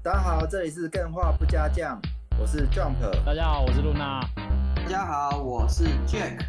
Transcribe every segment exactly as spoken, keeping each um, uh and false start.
大家好，这里是更画不加酱，我是 Jump。 大家好，我是露娜。 大家好，我是 Jack。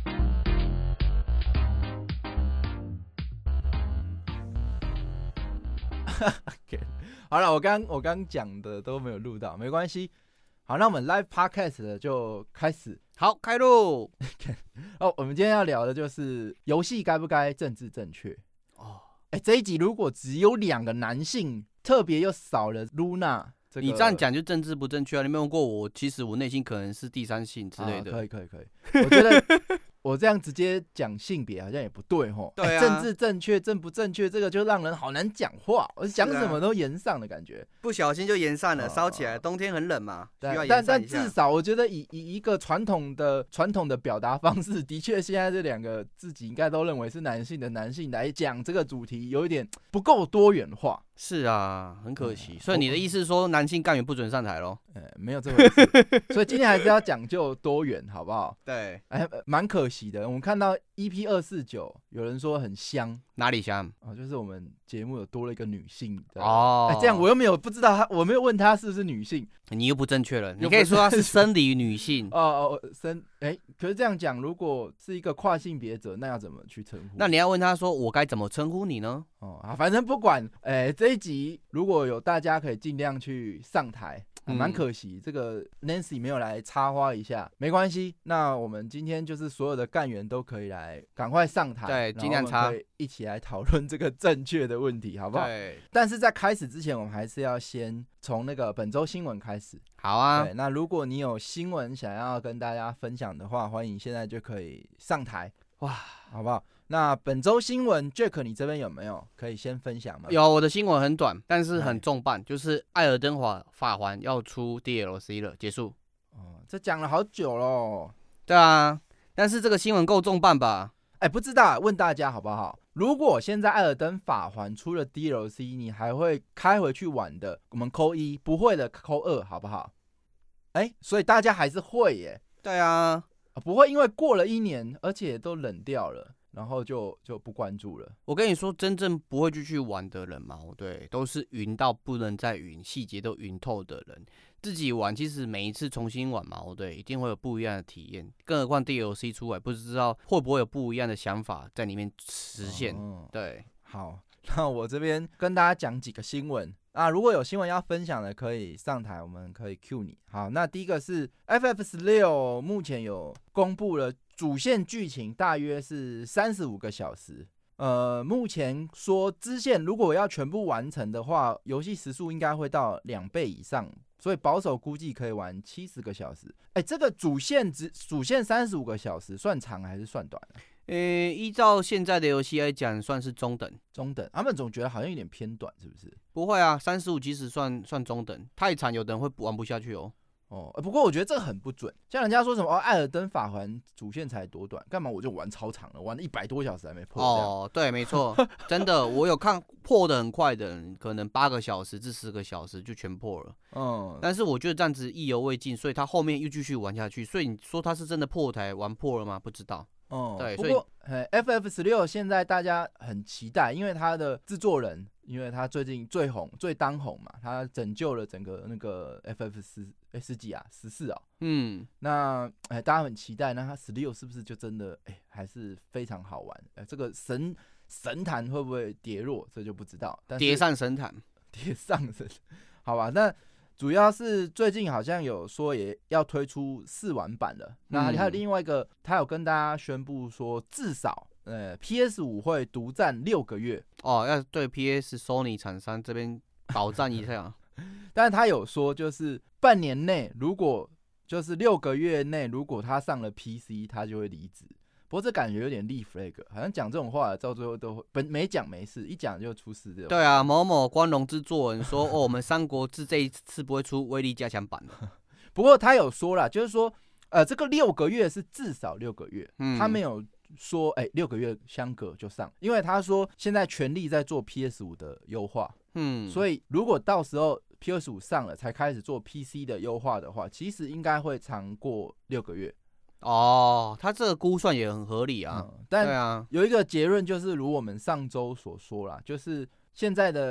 好了，我刚我刚讲的都没有录到，没关系。好，那我们 live podcast 的就开始。 好，开录。 哦，我们今天要聊的就是游戏该不该政治正确。哦，哎，这一集如果只有两个男性，特别又少了 Luna，这个、 你这样讲就政治不正确啊！你没问过我，其实我内心可能是第三性之类的。 啊、可以可以可以，我觉得我这样直接讲性别好像也不对吼。 对啊， 政治正确正不正确，这个就让人好难讲话，我讲什么都延上的感觉， 啊、不小心就延上了，烧、哦、起来。冬天很冷嘛，需要延但上一下。 但至少我觉得以以一个传统的传统的表达方式，的确现在这两个自己应该都认为是男性的男性来讲这个主题，有一点不够多元化。 是啊，很可惜。嗯、所以你的意思是说，男性干员不准上台咯？ 呃，没有这回事。所以今天还是要讲究多元，好不好？ 对， 哎，蛮可惜的。我们看到 E P 二四九，有人说很香， 哪里香？ 哦，就是我们节目有多了一个女性的哦。 哎，这样我又没有不知道她，我没有问她是不是女性， 你又不正确了。你可以说她是生理女性。 哦哦，生哎，可是这样讲，如果是一个跨性别者，那要怎么去称呼？ 那你要问她说，我该怎么称呼你呢？ 哦啊，反正不管，哎，这一集如果有大家可以尽量去上台。蛮、啊、可惜，这个 Nancy 没有来插花一下，没关系。那我们今天就是所有的干员都可以来，赶快上台， 对，尽量插， 一起来讨论这个正确的问题，好不好？ 对。 但是在开始之前，我们还是要先从那个本周新闻开始。 好啊。 对，那如果你有新闻想要跟大家分享的话，欢迎现在就可以上台，哇，好不好？那本周新闻 ，Jack， 你这边有没有可以先分享吗？ 有，我的新闻很短，但是很重磅，就是《艾尔登法环》要出 D L C 了，结束。 哦，这讲了好久咯。 对啊，但是这个新闻够重磅吧？ 哎、欸，不知道，问大家好不好？如果现在《艾尔登法环》出了 D L C， 你还会开回去玩的？我们扣一，不会的扣二，好不好？哎、欸，所以大家还是会耶。 对啊， 不会因为过了一年，而且都冷掉了。然后就就不关注了。 我跟你说，真正不会继续玩的人嘛，对，都是云到不能再云，细节都云透的人。自己玩，其实每一次重新玩嘛，对，一定会有不一样的体验。更何况 D L C 出来，不知道会不会有不一样的想法在里面实现。哦、对， 好，那我这边跟大家讲几个新闻啊，如果有新闻要分享的，可以上台，我们可以 cue 你。好，那第一个是 F F 十六，目前有公布了。主线剧情大约是三十五个小时，呃，目前说支线如果要全部完成的话，游戏时速应该会到两倍以上，所以保守估计可以玩七十个小时。哎、欸，这个主线只主线三十五个小时，算长还是算短啊？ 呃、欸，依照现在的游戏来讲，算是中等。 中等，他们总觉得好像有点偏短，是不是？ 不会啊，三十五其实算算中等，太长有的人会玩不下去哦。 哦，不过我觉得这个很不准，像人家说什么哦，艾尔登法环主线才多短，干嘛我就玩超长了，玩了一百多小时还没破。 哦，对，没错，真的，我有看破的很快的人，可能八个小时至十个小时就全破了。嗯，但是我觉得这样子意犹未尽，所以他后面又继续玩下去。所以你说他是真的破台玩破了吗？不知道。哦、嗯，对， 不过 F F 十六 现在大家很期待，因为他的制作人，因为他最近最红、最当红嘛，他拯救了整个那个 F F 十哎十几啊十四啊，嗯，那哎大家很期待，那他十六是不是就真的哎还是非常好玩？哎，这个神神坛会不会跌落，这就不知道。但是跌上神坛， 跌上神，好吧，那。主要是最近好像有说也要推出试玩版了，那还有另外一个，他有跟大家宣布说，至少呃 P S 五 会独占六个月哦，要对 P S Sony 厂商这边保障一下。 但是他有说，就是半年内，如果就是六个月内，如果他上了 P C， 他就会离职。不过这感觉有点立 flag， 好像讲这种话到最后都会本没讲没事，一讲就出事这种。 对啊，某某光荣制作人说，哦，我们三国志这一次不会出威力加强版了。 不过他有说啦，就是说，呃，这个六个月是至少六个月，嗯、他没有说，哎、欸，六个月相隔就上，因为他说现在全力在做 P S 五 的优化，嗯，所以如果到时候 P S 五 上了才开始做 P C 的优化的话，其实应该会长过六个月。 哦，他这个估算也很合理啊， 嗯、但有一个结论就是，如我们上周所说啦，就是现在的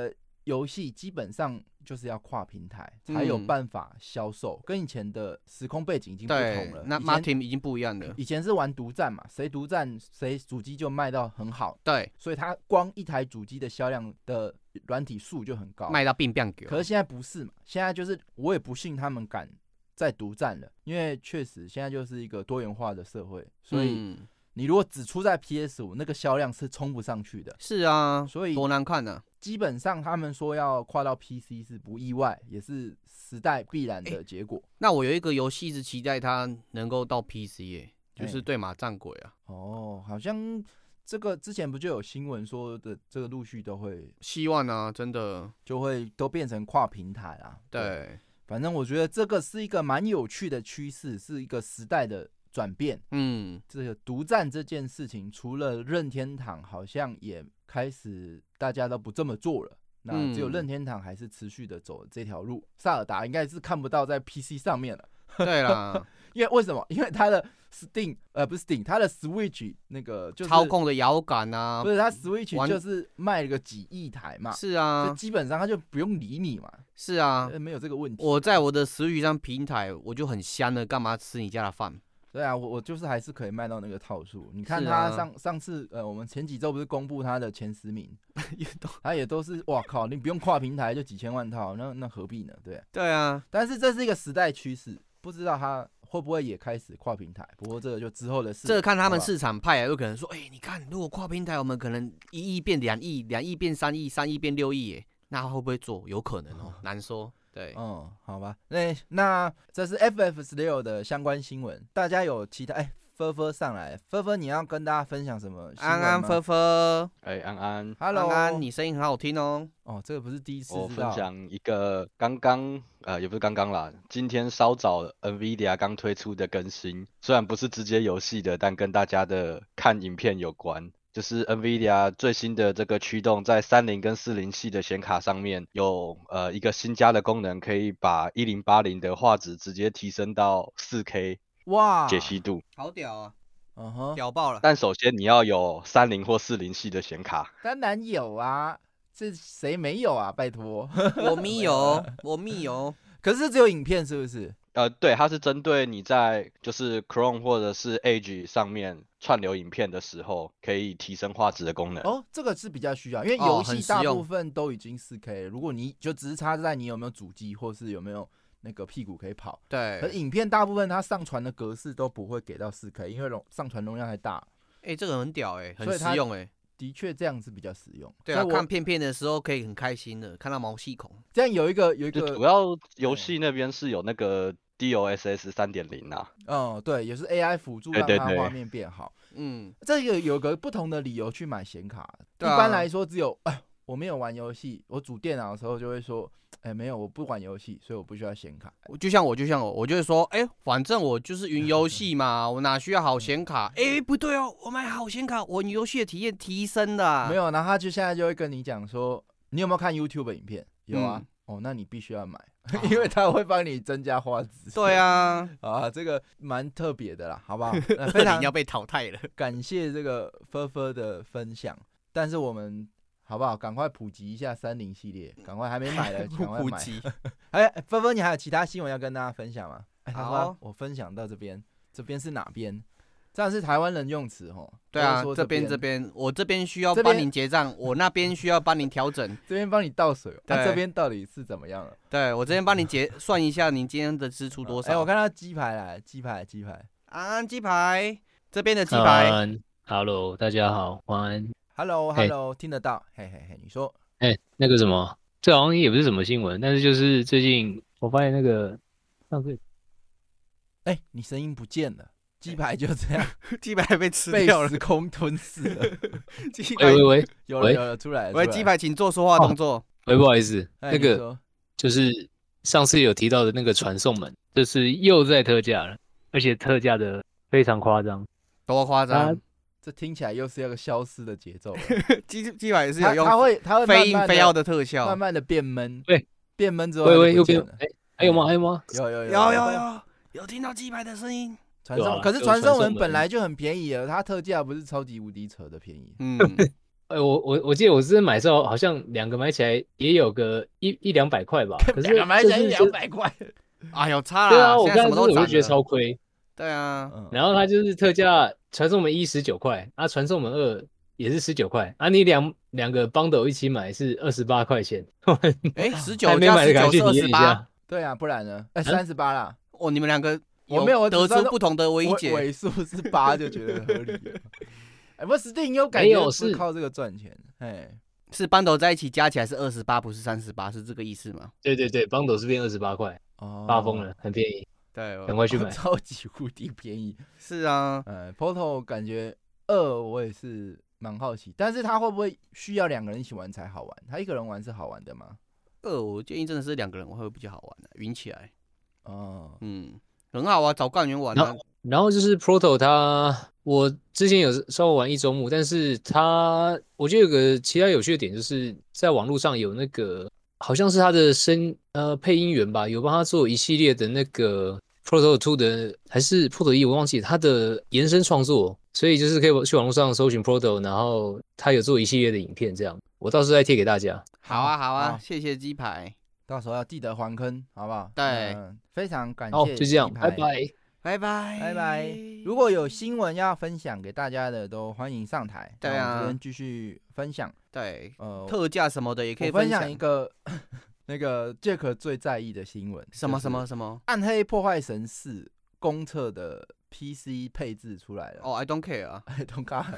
游戏基本上就是要跨平台才有办法销售，嗯、跟以前的时空背景已经不同了。 那 Martin 已经不一样了。 以前是玩独占嘛，谁独占谁主机就卖到很好。 对， 所以它光一台主机的销量的软体数就很高， 卖到变变狗。 可是现在不是嘛？现在就是我也不信他们敢再独占了，因为确实现在就是一个多元化的社会，所以。嗯你如果只出在 P S 五， 那个销量是冲不上去的。 是啊， 所以多难看呢、啊。 基本上他们说要跨到 P C 是不意外，也是时代必然的结果。欸、 那我有一个游戏是期待它能够到 P C 耶、欸，就是对马战鬼啊。 欸、哦，好像这个之前不就有新闻说的，这个陆续都会希望啊，真的就会都变成跨平台啦。 对， 对反正我觉得这个是一个蛮有趣的趋势，是一个时代的。转变， 嗯， 这个独占这件事情，除了任天堂，好像也开始大家都不这么做了。那只有任天堂还是持续的走这条路。萨尔达应该是看不到在 P C 上面了。 对啦， 因为为什么？因为它的 Steam 呃不是 Steam， 它的 Switch 那个就是操控的摇杆啊， 不是它 Switch 就是卖了个几亿台嘛。 是啊， 就基本上它就不用理你嘛。 是啊， 没有这个问题。 我在我的 Switch 上平台我就很香了，干嘛吃你家的饭？ 对啊，我我就是还是可以卖到那个套数。你看他上、啊、上次呃，我们前几周不是公布他的前十名，他也都是哇靠，你不用跨平台就几千万套，那那何必呢？对对啊， 但是这是一个时代趋势，不知道他会不会也开始跨平台。不过这个就之后的事。 这个看他们市场派啊，有可能说，哎、欸，你看如果跨平台，我们可能一亿变两亿，两亿变三亿，三亿变六亿，耶，那会不会做？有可能哦，难说。对， 嗯，好吧，那那这是 F F 十六 的相关新闻，大家有其他哎，芬芬上来，芬芬你要跟大家分享什么新闻吗？ 安安芬芬， 哎，安安 ，Hello， 安安，你声音很好听哦。 哦，这个不是第一次知道。 我分享一个刚刚呃，也不是刚刚啦，今天稍早 Nvidia 刚推出的更新，虽然不是直接游戏的，但跟大家的看影片有关。就是 Nvidia 最新的这个驱动，在三零跟四零系的显卡上面有呃一个新加的功能，可以把一零八零的画质直接提升到 四 K 哇解析度， 好屌啊！ 嗯哼， 屌爆了。 但首先你要有三零或四零系的显卡， 当然有啊，这谁没有啊？拜托， 我密有，我密有。 可是只有影片是不是？ 呃，对，它是针对你在就是 Chrome 或者是 Edge 上面串流影片的时候，可以提升画质的功能。 哦，这个是比较需要，因为游戏大部分都已经 四 K 了，如果你就只是差在你有没有主机，或是有没有那个屁股可以跑。 对。 可影片大部分它上传的格式都不会给到 四 K， 因为容上传容量太大。 哎、欸，这个很屌哎、欸，很实用哎、欸。 的确这样是比较实用。 对啊，看片片的时候可以很开心的，看到毛细孔。 这样有一个有一个， 主要游戏那边是有那个 D L S S 三点零 啊。 嗯，对，也是 A I 辅助让它画面变好。 对对对嗯， 这个有个不同的理由去买显卡。啊、一般来说，只有哎，我没有玩游戏，我主电脑的时候就会说，哎，没有，我不玩游戏，所以我不需要显卡。 就像我，就像我，我就会说，哎，反正我就是云游戏嘛，我哪需要好显卡？哎，不对哦，我买好显卡，我游戏的体验提升的、啊。 没有，然后他就现在就会跟你讲说，你有没有看 YouTube 的影片？有啊。嗯哦，那你必须要买，因为它会帮你增加画质。 对啊， 啊，这个蛮特别的啦，好不好？ 非常要被淘汰了。 感谢这个芬芬的分享，但是我们好不好？赶快普及一下三零系列，赶快还没买的，赶快买。哎，芬芬，你还有其他新闻要跟大家分享吗？好、哦，我分享到这边，这边是哪边？这样是台湾人用词吼。 对啊，这边这边，我这边需要帮您结账，我那边需要帮您调整， 这边帮你倒水。那、啊、这边到底是怎么样了？ 对我这边帮您结算一下，您今天的支出多少？ 哎、欸，我看到鸡排来，鸡排鸡排， 安安鸡排，这边的鸡排。 嗯 ，Hello， 大家好，晚安。 Hello Hello， 听得到？嘿嘿嘿，你说。 哎、欸，那个什么，这好像也不是什么新闻，但是就是最近我发现那个上次， 哎、欸，你声音不见了。鸡排就这样， 鸡排被吃掉了， 被时空吞噬了。 鸡排，喂喂喂， 有了有了，出来了。 喂，鸡排，请做说话动作。 喂，不好意思， 欸、 那个就是上次有提到的那个传送门，这是又在特价了，而且特价的非常夸张。 多夸张？ 这听起来又是一个消失的节奏。 鸡鸡排也是有用， 它会它会非音非奥的特效， 慢慢的变闷。 对， 变闷之后， 喂喂，又变。哎，还有吗？还有吗？ 有有有有有有有听到鸡排的声音。 传送，可是传送门本来就很便宜了，它特价不是超级无敌扯的便宜。 嗯， 哎，我我我记得我之前买的时候，好像两个买起来也有个一一两百块吧。可是两个买起来这是两百块， 哎呦，差对啊， 了， 我现在看这我就觉得什么都涨了。 超亏。 对啊， 嗯， 然后它就是特价传送门一十九块，啊，传送门二也是十九块，啊，你两两个 bundle 一起买是二十八块钱。 哎，十九还没加买的赶快去十九是二十八。 体验一下。 对啊，不然呢？哎，三十八啦， 哦，你们两个我没有我只得知道出不同的唯一尾解。 尾数是八就觉得合理了。哎，不是 Steam 有感没有觉不是是靠这个赚钱，哎， 是 bundle 在一起加起来是二十八，不是三十八，是这个意思吗？ 对对对，bundle 是变二十八块， 哦， 发疯了，很便宜， 对， 赶快去买。 超级无敌便宜。 是啊， 呃 Portal 感觉二我也是蛮好奇，但是他会不会需要两个人一起玩才好玩？他一个人玩是好玩的吗？ 二我建议真的是两个人会比较好玩的，云起来， 哦， 嗯，很好啊，找干员玩啊然后。然后就是 Proto 它，我之前有稍微玩一周目，但是它我觉得有个其他有趣的点，就是在网络上有那个好像是他的声呃配音员吧，有帮他做一系列的那个 Proto 二的还是 Proto 一，我忘记他的延伸创作，所以就是可以去网络上搜寻 Proto， 然后他有做一系列的影片，这样我到时候再贴给大家。 好啊，好啊， 好谢谢鸡排， 到时候要记得还坑，好不好？ 对嗯，非常感好， 谢， 就这样，拜。拜。 拜拜， 拜拜！如果有新闻要分享给大家的，都欢迎上台。 对啊那我们这边继续分享。 对， 呃， 特价什么的也可以我分享享一个那个 Jack 最在意的新闻。 什么就是什么什么 《暗黑破坏神四》公测的 P C 配置出来了。 哦，I don't care 啊， 哎，同卡。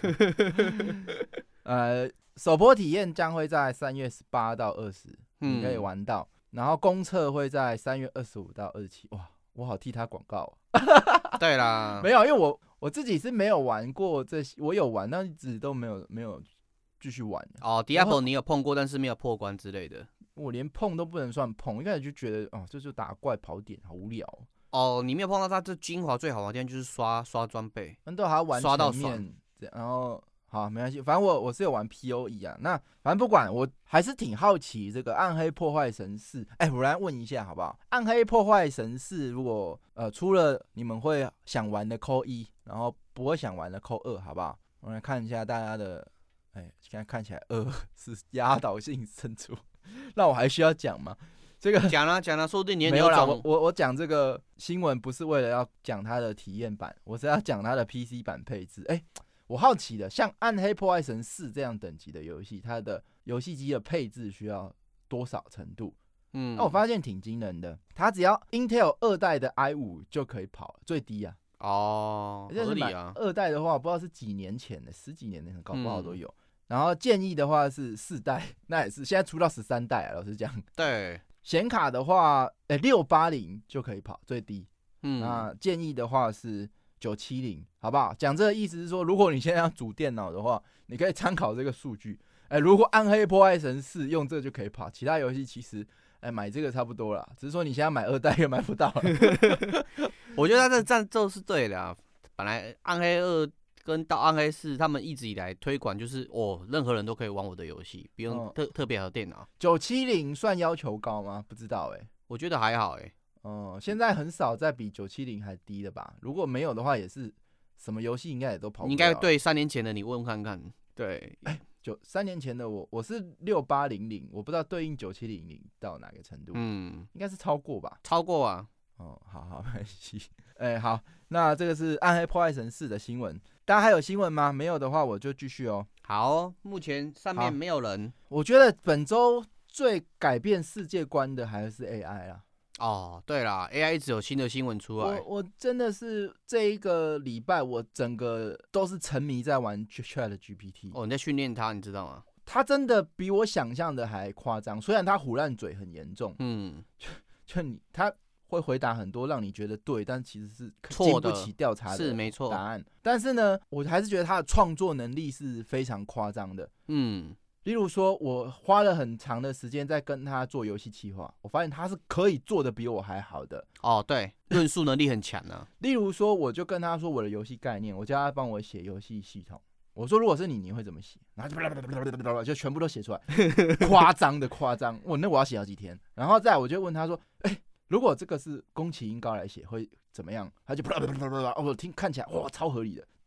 呃，首播体验将会在三月十八到二十，你可以嗯玩到。然后公测会在三月二十五到二十七。哇，我好替他广告哦。 对啦， 没有，因为我我自己是没有玩过这些，我有玩，但一直都没有没有继续玩。 哦然后 ，Diablo 你有碰过，但是没有破关之类的。 我连碰都不能算碰，一开始就觉得哦，这就打怪跑点，好无聊哦。 哦，你没有碰到它，这精华最好玩的地方就是刷刷装备。 那都还要玩刷到前面，这样然后好没关系，反正我我是有玩 P O E 啊。那反正不管，我还是挺好奇这个《暗黑破坏神四》。哎，我来问一下好不好？《暗黑破坏神四》如果呃除了你们会想玩的扣一，然后不会想玩的扣二，好不好？我们来看一下大家的，哎，现在看起来二是压倒性胜出，那我还需要讲吗？这个讲了讲了，说不定你也没有啦，我种我我讲这个新闻不是为了要讲它的体验版，我是要讲它的 P C 版配置。哎、欸，我好奇的，像《暗黑破坏神四》这样等级的游戏，它的游戏机的配置需要多少程度？ 嗯， 那我发现挺惊人的，它只要 Intel 二代的 i 五就可以跑，最低啊。 哦，合理啊。 二代的话，我不知道是几年前的，十几年的，搞不好都有。 嗯、 然后建议的话是四代，那也是现在出到十三代啊，老实讲。 对。 显卡的话，哎、欸，六八零就可以跑最低。 嗯， 那建议的话是九七零，好不好？讲这个意思是说，如果你现在要组电脑的话，你可以参考这个数据。哎、欸，如果暗黑破坏神四用这个就可以跑，其他游戏其实哎、欸、买这个差不多啦，只是说你现在买二代也买不到了。 我觉得他这战斗是对的啊。本来暗黑二跟到暗黑四，他们一直以来推广就是哦，任何人都可以玩我的游戏，不用特、哦、特别好的电脑。 九七零算要求高吗？不知道哎、欸， 我觉得还好哎、欸。 哦、嗯，现在很少再比九七零还低的吧？如果没有的话，也是什么游戏应该也都跑不了。 应该对三年前的你问看看。对， 哎、欸，九三年前的我，我是六八零零，我不知道对应九七零零到哪个程度。 嗯， 应该是超过吧？ 超过啊。 哦，好好没关系。哎、欸，好，那这个是《暗黑破坏神四》的新闻。大家还有新闻吗？没有的话，我就继续哦。 好哦，目前上面没有人。 我觉得本周最改变世界观的还是 A I 啦。 哦，对啦 ，A I 一直有新的新闻出来。 我我真的是这一个礼拜，我整个都是沉迷在玩 Chat G P T。 哦，你在训练它，你知道吗？ 它真的比我想象的还夸张。虽然它唬烂嘴很严重， 嗯， 就就你它。会回答很多让你觉得对，但其实是经不起调查的是没错答案。但是呢，我还是觉得他的创作能力是非常夸张的。 嗯， 例如说，我花了很长的时间在跟他做游戏企划，我发现他是可以做的比我还好的。 哦，对，论述能力很强啊。 例如说，我就跟他说我的游戏概念，我叫他帮我写游戏系统。我说如果是你，你会怎么写？然后就全部都写出来，夸张的夸张。我那我要写好几天。然后再我就问他说，哎、欸。如果这个是宫崎英高来写会怎么样？他就啪啪啪啪啪，我听看起来哇超合理的，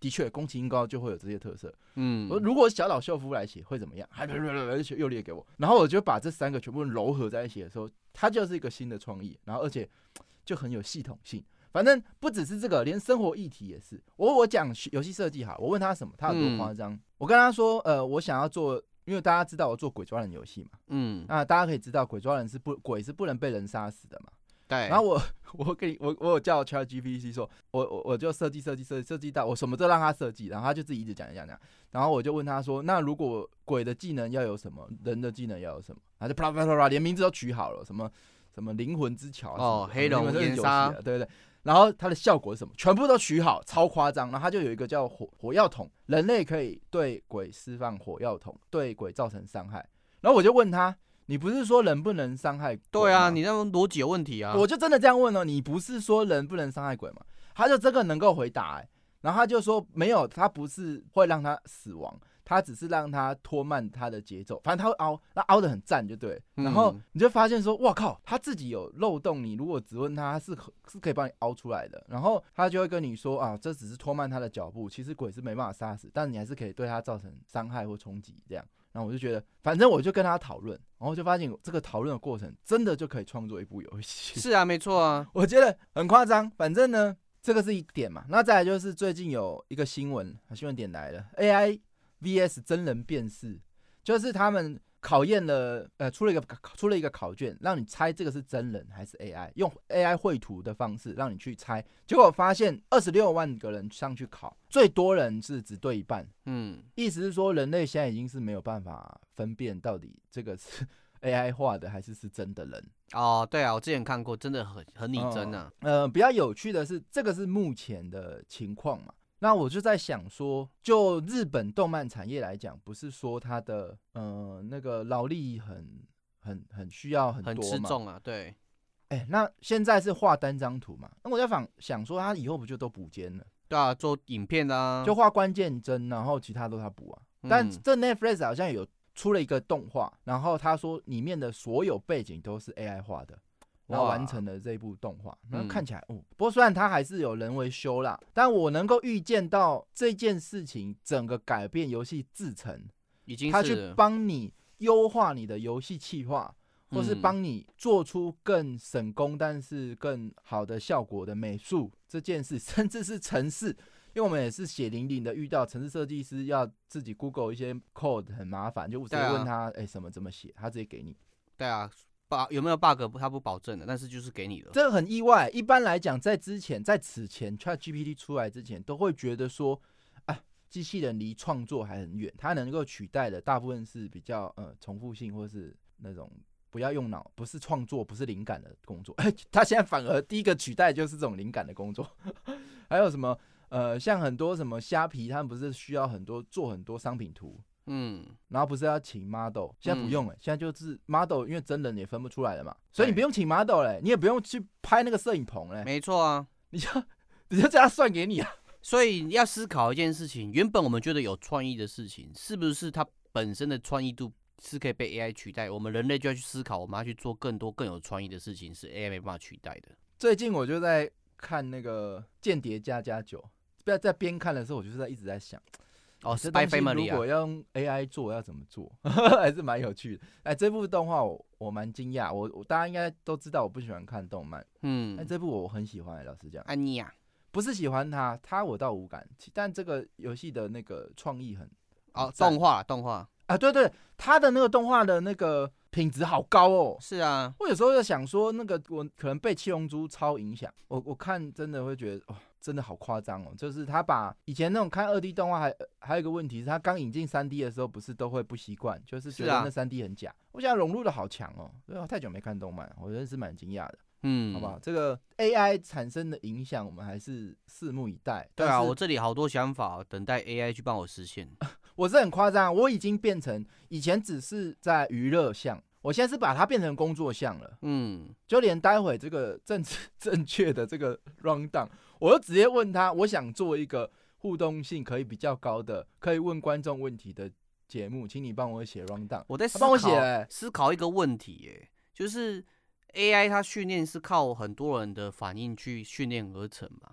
的确，宫崎英高就会有这些特色。 嗯， 如果小岛秀夫来写会怎么样？还又列给我，然后我就把这三个全部糅合在一起的时候，它就是一个新的创意，然后而且就很有系统性。反正不只是这个，连生活议题也是。我我讲游戏设计好，我问他什么，他有多夸张、嗯？我跟他说，呃，我想要做，因为大家知道我做鬼抓人游戏嘛，嗯，那大家可以知道鬼抓人是不鬼是不能被人杀死的嘛。对。然后我我给你我我有叫 ChatGPT 说，我我我就设计设计设计设计到我什么都让他设计，然后他就自己一直讲讲讲，然后我就问他说，那如果鬼的技能要有什么，人的技能要有什么，他就啪啦啪啦啪啦，连名字都取好了，什么什么灵魂之桥哦，黑龙岩沙，对对对。然后它的效果是什么？全部都取好，超夸张。然后它就有一个叫火火药桶，人类可以对鬼释放火药桶，对鬼造成伤害。然后我就问他，你不是说人不能伤害鬼吗？ 对啊，你那种逻辑有问题啊！ 我就真的这样问哦，你不是说人不能伤害鬼吗？他就这个能够回答、欸，然后他就说没有，他不是会让他死亡。他只是让他拖慢他的节奏，反正他会凹，那凹得很赞就对。然后你就发现说，哇靠，他自己有漏洞，你如果质问他，他是是可以帮你凹出来的。然后他就会跟你说啊，这只是拖慢他的脚步，其实鬼是没办法杀死，但你还是可以对他造成伤害或冲击这样。然后我就觉得，反正我就跟他讨论，然后就发现这个讨论的过程真的就可以创作一部游戏。 是啊，没错啊， 我觉得很夸张。反正呢，这个是一点嘛。那再来就是最近有一个新闻，新闻点来了 ，A I。V S 真人辨识，就是他们考验了，呃，出了一个出了一个考卷，让你猜这个是真人还是 A I， 用 A I 绘图的方式让你去猜，结果发现二十六万个人上去考，最多人是只对一半，嗯，意思是说人类现在已经是没有办法分辨到底这个是 A I 画的还是是真的人。 哦，对啊，我之前看过，真的很很拟真啊。 呃，比较有趣的是，这个是目前的情况嘛。那我就在想说，就日本动漫产业来讲，不是说它的呃那个劳力很很很需要很多嘛， 很吃重啊，对。 哎、欸，那现在是画单张图嘛？那我在想想说，他以后不就都补间了？ 对啊，做影片啊， 就画关键帧，然后其他都他补啊。嗯、但这 Netflix 好像有出了一个动画，然后他说里面的所有背景都是 A I 画的。然后完成了这部动画，然后看起来，哦、嗯，不过虽然它还是有人为修啦，但我能够预见到这件事情整个改变游戏制程， 已经是它去帮你优化你的游戏企划，或是帮你做出更省工但是更好的效果的美术这件事，甚至是程式，因为我们也是血淋淋的遇到程式设计师要自己 Google 一些 code 很麻烦，就直接问他，哎、啊欸，什么怎么写，他直接给你。 对啊。有没有 bug 他不保证的，但是就是给你了。 这个很意外。一般来讲，在之前，在此前 ChatGPT 出来之前，都会觉得说，啊，机器人离创作还很远，它能够取代的大部分是比较呃重复性或是那种不要用脑，不是创作，不是灵感的工作。它现在反而第一个取代就是这种灵感的工作。还有什么呃，像很多什么虾皮，他们不是需要很多做很多商品图。嗯，然后不是要请 model， 现在不用了、欸嗯，现在就是 model， 因为真人也分不出来了嘛，所以你不用请 model 嘞、欸，你也不用去拍那个摄影棚嘞、欸， 没错啊， 你就你就叫他算给你啊。 所以要思考一件事情，原本我们觉得有创意的事情，是不是它本身的创意度是可以被 A I 取代？我们人类就要去思考，我们要去做更多更有创意的事情，是 A I 没办法取代的。 最近我就在看那个《间谍加加九》，在在边看的时候，我就是在一直在想。 哦 ，Spy Family 如果要用 A I 做，要怎么做？还是蛮有趣的。哎，这部动画我我蛮惊讶，我我大家应该都知道，我不喜欢看动漫，嗯，但这部我很喜欢。老实讲， 安妮啊， 不是喜欢他，他我倒无感，但这个游戏的那个创意很哦，动画动画啊，对对，他的那个动画的那个品质好高哦。 是啊， 我有时候就想说，那个我可能被七龙珠超影响，我我看真的会觉得哦。真的好夸张哦！就是他把以前那种看二 D 动画还，还还有一个问题是，他刚引进三 D 的时候，不是都会不习惯，就是觉得那三 D 很假。啊、我现在融入的好强哦，对啊，太久没看动漫，我真是蛮惊讶的。嗯，好不好？这个 A I 产生的影响，我们还是拭目以待。 对啊，我这里好多想法，等待 A I 去帮我实现。 我是很夸张，我已经变成以前只是在娱乐项。我现在是把它变成工作项了，嗯，就连待会这个政治正确的这个 round down， 我就直接问他，我想做一个互动性可以比较高的，可以问观众问题的节目，请你帮我写 round down。 我在思考，帮我写、欸、思考一个问题、欸，就是 A I 它训练是靠很多人的反应去训练而成嘛。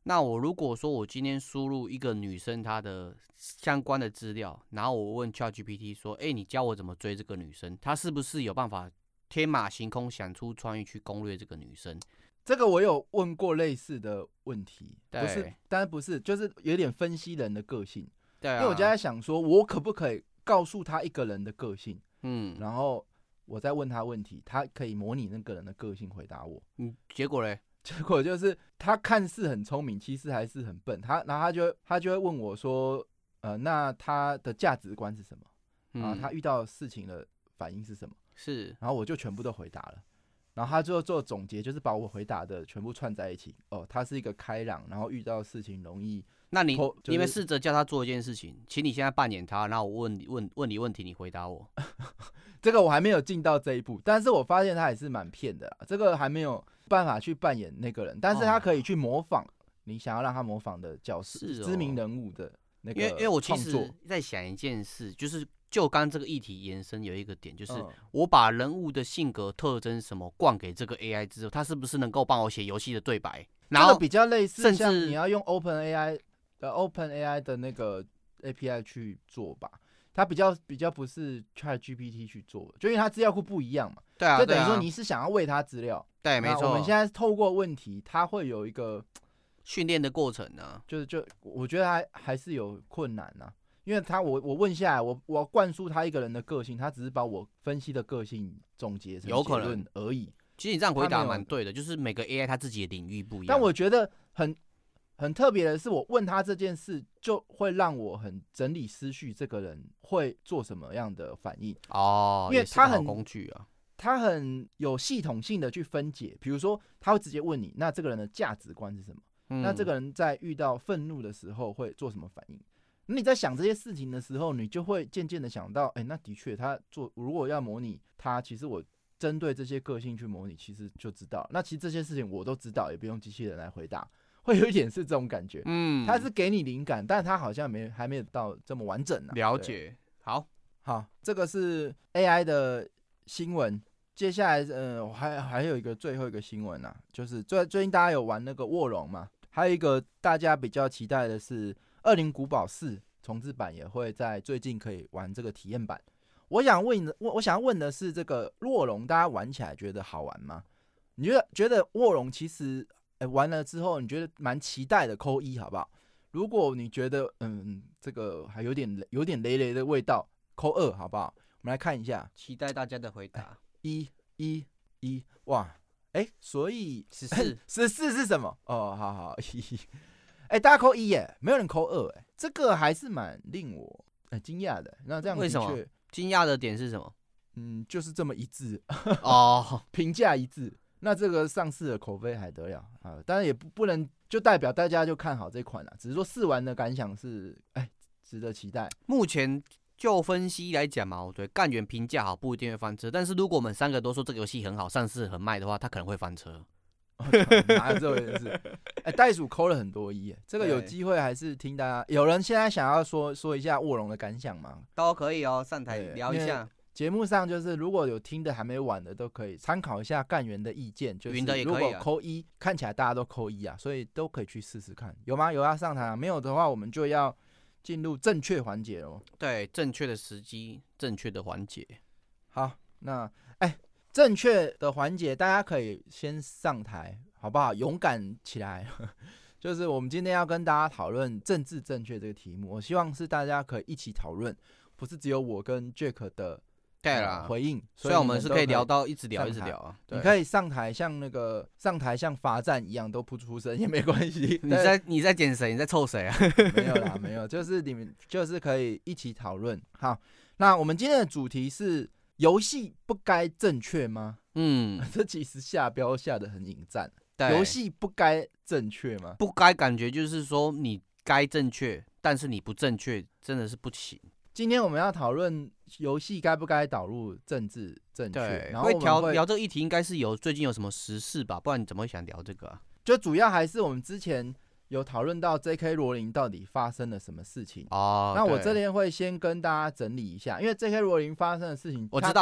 那我如果说我今天输入一个女生她的相关的资料，然后我问 ChatGPT 说，哎、欸，你教我怎么追这个女生，她是不是有办法天马行空想出创意去攻略这个女生？ 这个我有问过类似的问题， 对不是，当然不是，就是有点分析人的个性。 对啊， 因为我就在想说，我可不可以告诉他一个人的个性， 嗯， 然后我再问他问题，他可以模拟那个人的个性回答我。 嗯，结果嘞？ 结果就是他看似很聪明，其实还是很笨。他然后他就他就会问我说，呃，那他的价值观是什么？ 嗯、 啊，他遇到事情的反应是什么？ 是， 然后我就全部都回答了。然后他最后做总结，就是把我回答的全部串在一起。哦，他是一个开朗，然后遇到事情容易。 那你、 就是、 你们试着叫他做一件事情，请你现在扮演他，然后我问你问问你问题，你回答我。 这个我还没有进到这一步，但是我发现他也是蛮骗的啦。这个还没有办法去扮演那个人，但是他可以去模仿你想要让他模仿的角色， 是哦、 知名人物的那个因为因为我其创作实在想一件事，就是就刚这个议题延伸有一个点，就是嗯我把人物的性格特征什么灌给这个 A I 之后，它是不是能够帮我写游戏的对白？然后这个比较类似， 甚至像你要用 OpenAI 的 OpenAI 的那个 A P I 去做吧。它比较比较不是 ChatGPT 去做，就因为它资料库不一样嘛。 对啊， 就等于说你是想要喂它资料。 对，没错。 我们现在透过问题，它会有一个训练的过程呢、啊。 就是就我觉得还还是有困难呐、啊，因为他我我问下来，我我要灌输他一个人的个性，他只是把我分析的个性总结成结论而已。 其实你这样回答蛮对的，就是每个 A I 它自己的领域不一样。 但我觉得很。很特别的是，我问他这件事，就会让我很整理思绪，这个人会做什么样的反应哦， 因为他很工具啊， 他很有系统性的去分解。比如说，他会直接问你，那这个人的价值观是什么？嗯、那这个人在遇到愤怒的时候会做什么反应？那你在想这些事情的时候，你就会渐渐的想到，哎、欸，那的确，他做如果要模拟他，其实我针对这些个性去模拟，其实就知道。那其实这些事情我都知道，也不用机器人来回答。会有一点是这种感觉，嗯，他是给你灵感，但他好像没还没有到这么完整啊。 了解，好， 好，这个是 A I 的新闻。接下来，呃，还还有一个最后一个新闻啊，就是最最近大家有玩那个卧龙嘛，还有一个大家比较期待的是《恶灵古堡四》重置版也会在最近可以玩这个体验版。我想问的，我我想要问的是，这个卧龙大家玩起来觉得好玩吗？你觉得觉得卧龙其实？欸、玩了之后，你觉得蛮期待的，扣一好不好？如果你觉得嗯这个还有点有点雷雷的味道，扣二好不好？我们来看一下， 期待大家的回答。 一一一哇，哎、欸，所以十四十四是什么？哦，好好一，哎，大家扣一耶，没有人扣二，哎，这个还是蛮令我很惊讶的。那这样为什么惊讶的点是什么？ 嗯，就是这么一致哦， 评价一致。那这个上市的口碑还得了啊？当然也不不能就代表大家就看好这款了，只是说试玩的感想是，哎，值得期待。 目前就分析来讲嘛，对，干员评价好不一定会翻车，但是如果我们三个都说这个游戏很好，上市很卖的话，它可能会翻车。 哦、哪有这回事？哎，袋鼠扣了很多一，这个有机会还是听大家。有人现在想要说说一下卧龙的感想吗？ 都可以哦，上台聊一下。 节目上就是如果有听的还没玩的，都可以参考一下干员的意见。就是如果扣一，看起来大家都扣一啊，所以都可以去试试看。有吗？有要上台、啊？没有的话，我们就要进入正确环节哦。 对，正确的时机，正确的环节。 好，那哎、欸，正确的环节，大家可以先上台，好不好？勇敢起来。就是我们今天要跟大家讨论政治正确这个题目，我希望是大家可以一起讨论，不是只有我跟 Jack 的。 对啦、 呃，回应， 所以我们是可以聊到一直聊一直聊啊。 你可以上台像那个上台像罚站一样都不出声也没关系。 你在你在捡谁？你在凑谁啊？ 没有啦，没有，就是你们就是可以一起讨论。好，那我们今天的主题是游戏不该正确吗？ 嗯， 这其实下标下得很引战。游戏不该正确吗？ 不该感觉就是说你该正确，但是你不正确，真的是不行。 今天我们要讨论游戏该不该导入政治正确，然后会聊聊这个议题，应该是有最近有什么时事吧，不然你怎么会想聊这个啊？ 就主要还是我们之前有讨论到 J K 罗琳到底发生了什么事情哦。 那我这边会先跟大家整理一下，因为 J K 罗琳发生的事情， 我知道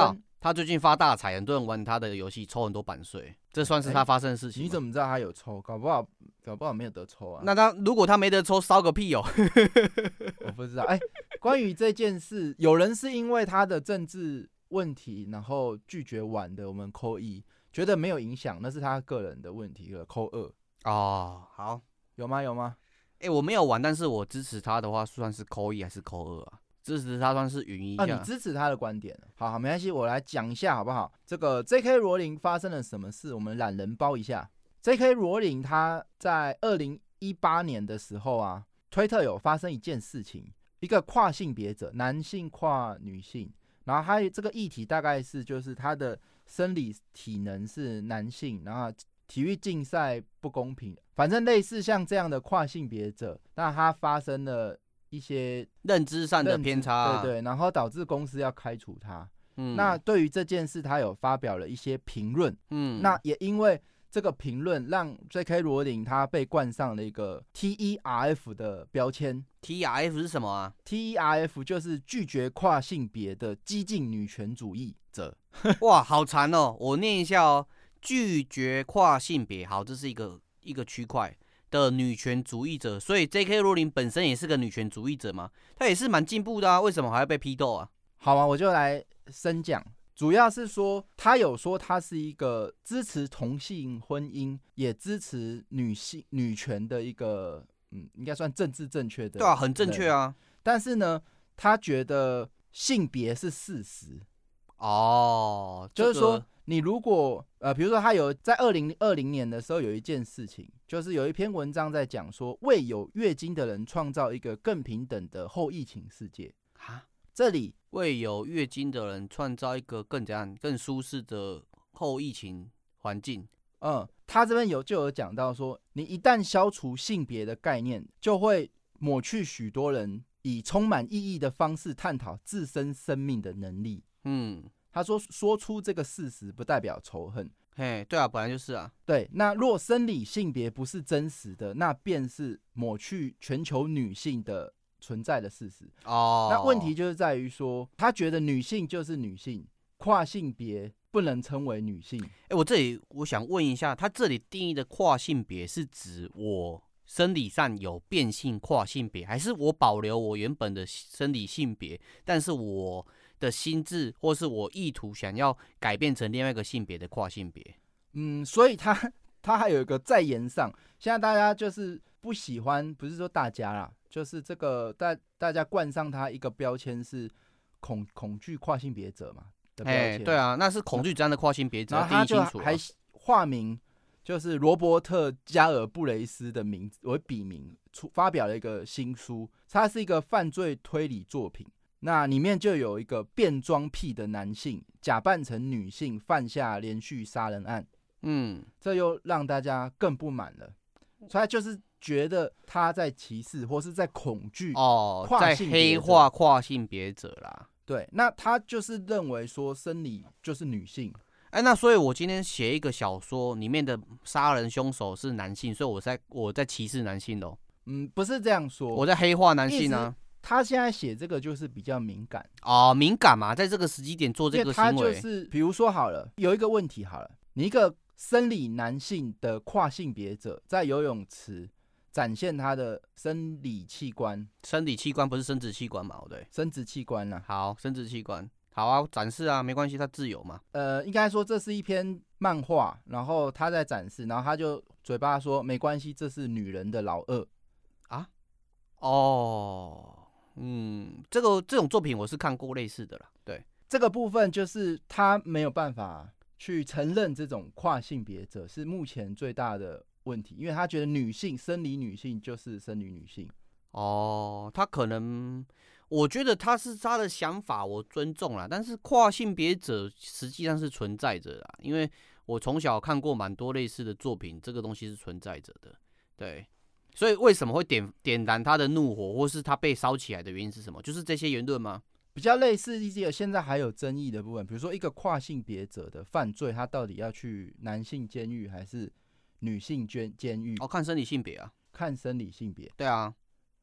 他最近发大财，很多人玩他的游戏抽很多版税，这算是他发生的事情、欸。 你怎么知道他有抽？搞不好搞不好没有得抽啊。 那他如果他没得抽，烧个屁哦！ 我不知道。哎、欸，关于这件事，有人是因为他的政治问题，然后拒绝玩的，我们扣一，觉得没有影响，那是他个人的问题了，扣二。 哦，好， 有吗？有吗？ 哎、欸，我没有玩，但是我支持他的话，算是扣一还是扣二啊？支持他算是云一下。 啊，你支持他的观点。好好，没关系，我来讲一下好不好？这个 J K 罗琳发生了什么事？我们懒人包一下。J K 罗琳他在二零一八年的时候啊，推特有发生一件事情，一个跨性别者，男性跨女性，然后他这个议题大概是就是他的生理体能是男性，然后体育竞赛不公平，反正类似像这样的跨性别者，那他发生了一些认知上的偏差、啊， 对对，然后导致公司要开除他。 嗯， 那对于这件事，他有发表了一些评论。 嗯， 那也因为这个评论，让 J K 罗琳他被冠上了一个 T E R F 的标签。 T E R F 是什么啊 ？T E R F 就是拒绝跨性别的激进女权主义者。 哇，好长哦！我念一下哦，拒绝跨性别，好，这是一个一个区块的女权主义者。所以 J K 罗琳本身也是个女权主义者嘛，她也是蛮进步的啊，为什么还要被批斗啊？ 好啊，我就来深讲。主要是说，他有说他是一个支持同性婚姻，也支持女性女权的一个，嗯，应该算政治正确的。 对啊，很正确啊。 但是呢，他觉得性别是事实。 哦， 就是说，你如果呃，比如说他有在二零二零年的时候有一件事情，就是有一篇文章在讲说，为有月经的人创造一个更平等的后疫情世界。 哈， 这里为有月经的人创造一个更怎样、更舒适的后疫情环境。 嗯，他这边有就有讲到说，你一旦消除性别的概念，就会抹去许多人以充满意义的方式探讨自身生命的能力。 嗯， 他说说出这个事实不代表仇恨。 嘿，对啊，本来就是啊。 对，那若生理性别不是真实的，那便是抹去全球女性的存在的事实。 哦， 那问题就是在于说，他觉得女性就是女性，跨性别不能称为女性。 哎、欸，我这里我想问一下，他这里定义的跨性别是指我生理上有变性跨性别，还是我保留我原本的生理性别，但是我的心智或是我意图想要改变成另外一个性别的跨性别？ 嗯，所以他他还有一个在言上，现在大家就是不喜欢，不是说大家啦，就是这个大大家冠上他一个标签是恐恐惧跨性别者嘛的标签。 对啊，那是恐惧这样的跨性别者， 然后他就定义清楚、啊、 还化名就是罗伯特加尔布雷斯的名字为笔名，出发表了一个新书，它是一个犯罪推理作品。那里面就有一个变装癖的男性假扮成女性犯下连续杀人案， 嗯， 这又让大家更不满了。所以他就是觉得他在歧视或是在恐惧哦， 跨性别者， 在黑化跨性别者啦。 对，那他就是认为说生理就是女性。 哎、欸，那所以我今天写一个小说，里面的杀人凶手是男性，所以我在我在歧视男性咯。 嗯，不是这样说， 我在黑化男性啊。 他现在写这个就是比较敏感哦，敏感嘛，在这个时机点做这个行为， 因为他就是比如说好了，有一个问题好了，你一个生理男性的跨性别者在游泳池展现他的生理器官， 生理器官不是生殖器官嘛？对， 生殖器官啦、 啊。好，生殖器官，好啊，展示啊，没关系，他自由嘛。 呃，应该说这是一篇漫画，然后他在展示，然后他就嘴巴说没关系，这是女人的老二啊。哦。嗯，这个这种作品我是看过类似的啦。对， 这个部分就是他没有办法去承认这种跨性别者是目前最大的问题，因为他觉得女性生理女性就是生理女性。 哦，他可能，我觉得他是他的想法，我尊重啦。但是跨性别者实际上是存在着啦，因为我从小看过蛮多类似的作品，这个东西是存在着的。对。所以为什么会点点燃他的怒火，或是他被烧起来的原因是什么？就是这些言论吗？ 比较类似一些现在还有争议的部分，比如说一个跨性别者的犯罪，他到底要去男性监狱还是女性监监狱？ 哦，看生理性别啊， 看生理性别。 对啊，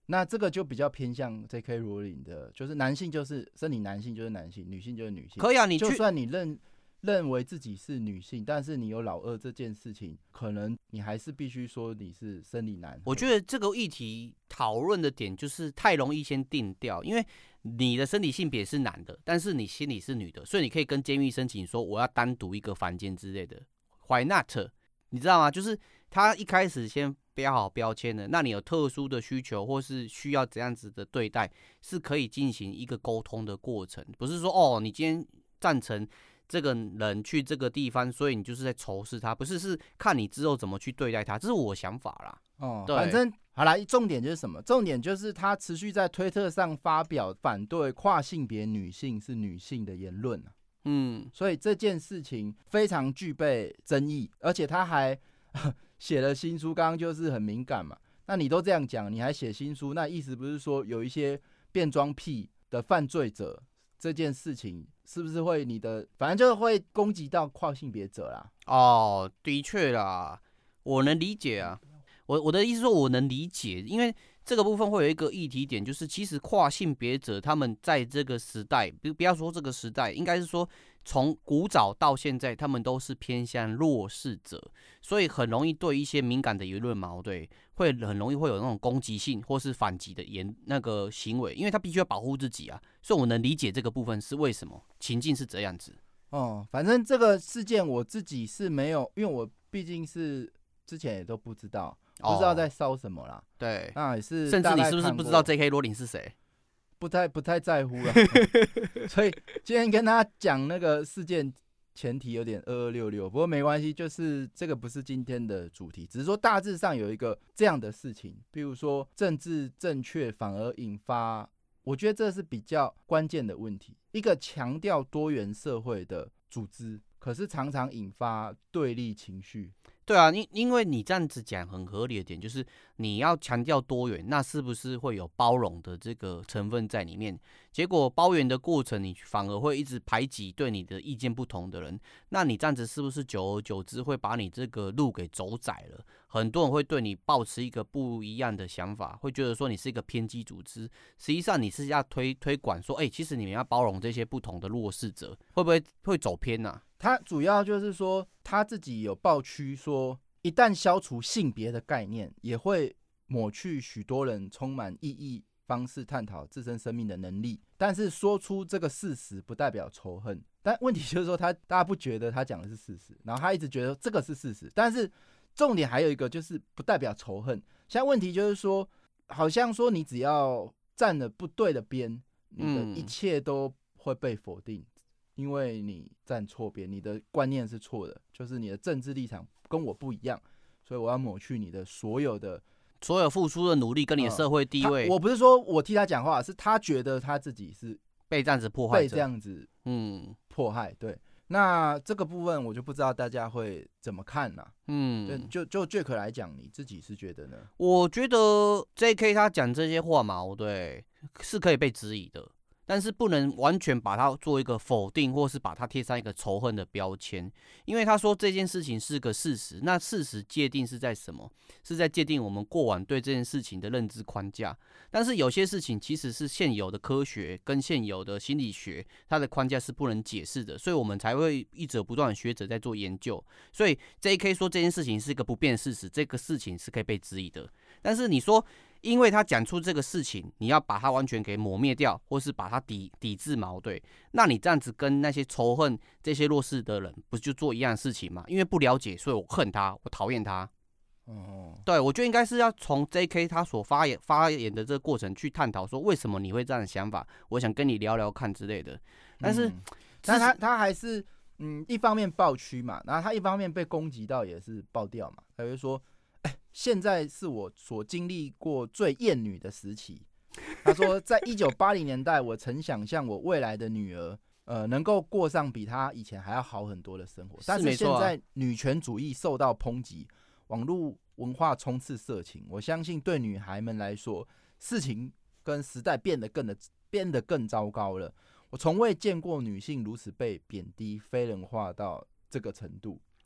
那这个就比较偏向 J K 罗琳的，就是男性就是生理男性就是男性，女性就是女性。 可以啊，你去就算你认认为自己是女性，但是你有老二这件事情，可能你还是必须说你是生理男。 我觉得这个议题讨论的点就是太容易先定调，因为你的生理性别是男的，但是你心里是女的，所以你可以跟监狱申请说我要单独一个房间之类的 ，Why not？ 你知道吗？就是他一开始先标好标签的，那你有特殊的需求或是需要怎样子的对待，是可以进行一个沟通的过程，不是说哦，你今天赞成这个人去这个地方，所以你就是在仇视他，不是，是看你之后怎么去对待他，这是我想法啦。 哦， 对， 反正好啦，重点就是什么？重点就是他持续在推特上发表反对跨性别女性是女性的言论啊。 嗯， 所以这件事情非常具备争议，而且他还写了新书，刚刚就是很敏感嘛。那你都这样讲，你还写新书，那意思不是说有一些变装癖的犯罪者，这件事情是不是会你的，反正就会攻击到跨性别者啦？ 哦，的确啦，我能理解啊。我我的意思说，我能理解，因为这个部分会有一个议题点，就是其实跨性别者他们在这个时代，不不要说这个时代，应该是说从古早到现在，他们都是偏向弱势者，所以很容易对一些敏感的言论嘛，对，会很容易会有那种攻击性或是反击的言那个行为，因为他必须要保护自己啊，所以我能理解这个部分是为什么情境是这样子。 哦，反正这个事件我自己是没有，因为我毕竟是之前也都不知道。不知道在烧什么啦，哦、 对， 那也是， 甚至你是不是不知道 J K 罗琳是谁？ 不太不太在乎了，所以今天跟他讲那个事件前提有点二二六六，不过没关系，就是这个不是今天的主题，只是说大致上有一个这样的事情，比如说政治正确反而引发，我觉得这是比较关键的问题，一个强调多元社会的组织，可是常常引发对立情绪。 对啊，因因为你这样子讲很合理的点，就是你要强调多元，那是不是会有包容的这个成分在里面？结果包容的过程，你反而会一直排挤对你的意见不同的人，那你这样子是不是久而久之会把你这个路给走窄了？很多人会对你抱持一个不一样的想法，会觉得说你是一个偏激组织，实际上你是要推推广说，哎、欸，其实你们要包容这些不同的弱势者，会不会会走偏啊？ 他主要就是说他自己有爆区说，一旦消除性别的概念，也会抹去许多人充满意义方式探讨自身生命的能力。但是说出这个事实不代表仇恨，但问题就是说他大家不觉得他讲的是事实，然后他一直觉得这个是事实，但是重点还有一个就是不代表仇恨。现在问题就是说，好像说你只要站了不对的边，你的一切都会被否定。嗯，因为你站错边，你的观念是错的，就是你的政治立场跟我不一样，所以我要抹去你的所有的所有付出的努力跟你的社会地位。 嗯、我不是说我替他讲话，是他觉得他自己是被这样子迫害， 被这样子嗯迫害。对，那这个部分我就不知道大家会怎么看啦、啊。嗯，就就 Jack 来讲，你自己是觉得呢？ 我觉得 J K 他讲这些话嘛，对，是可以被质疑的。但是不能完全把它做一个否定，或是把它贴上一个仇恨的标签，因为他说这件事情是个事实，那事实界定是在什么？是在界定我们过往对这件事情的认知框架。但是有些事情其实是现有的科学跟现有的心理学，它的框架是不能解释的，所以我们才会一直不断的学者在做研究。所以 J K 说这件事情是一个不变的事实，这个事情是可以被质疑的。但是你说，因为他讲出这个事情，你要把它完全给抹灭掉，或是把它抵抵制矛盾，那你这样子跟那些仇恨这些弱势的人，不就做一样的事情吗？因为不了解，所以我恨他，我讨厌他。哦，对，我觉得应该是要从 J K 他所发言发言的这个过程去探讨，说为什么你会这样的想法，我想跟你聊聊看之类的。但是，嗯、 但他他还是嗯，一方面爆区嘛，然后他一方面被攻击到也是爆掉嘛，他就说。欸、现在是我所经历过最厌女的时期。他说，在一九八零年代，我曾想象我未来的女儿，呃，能够过上比她以前还要好很多的生活。但是现在女权主义受到抨击，网络文化充斥色情，我相信对女孩们来说，事情跟时代变得更的变得更糟糕了。我从未见过女性如此被贬低、非人化到这个程度。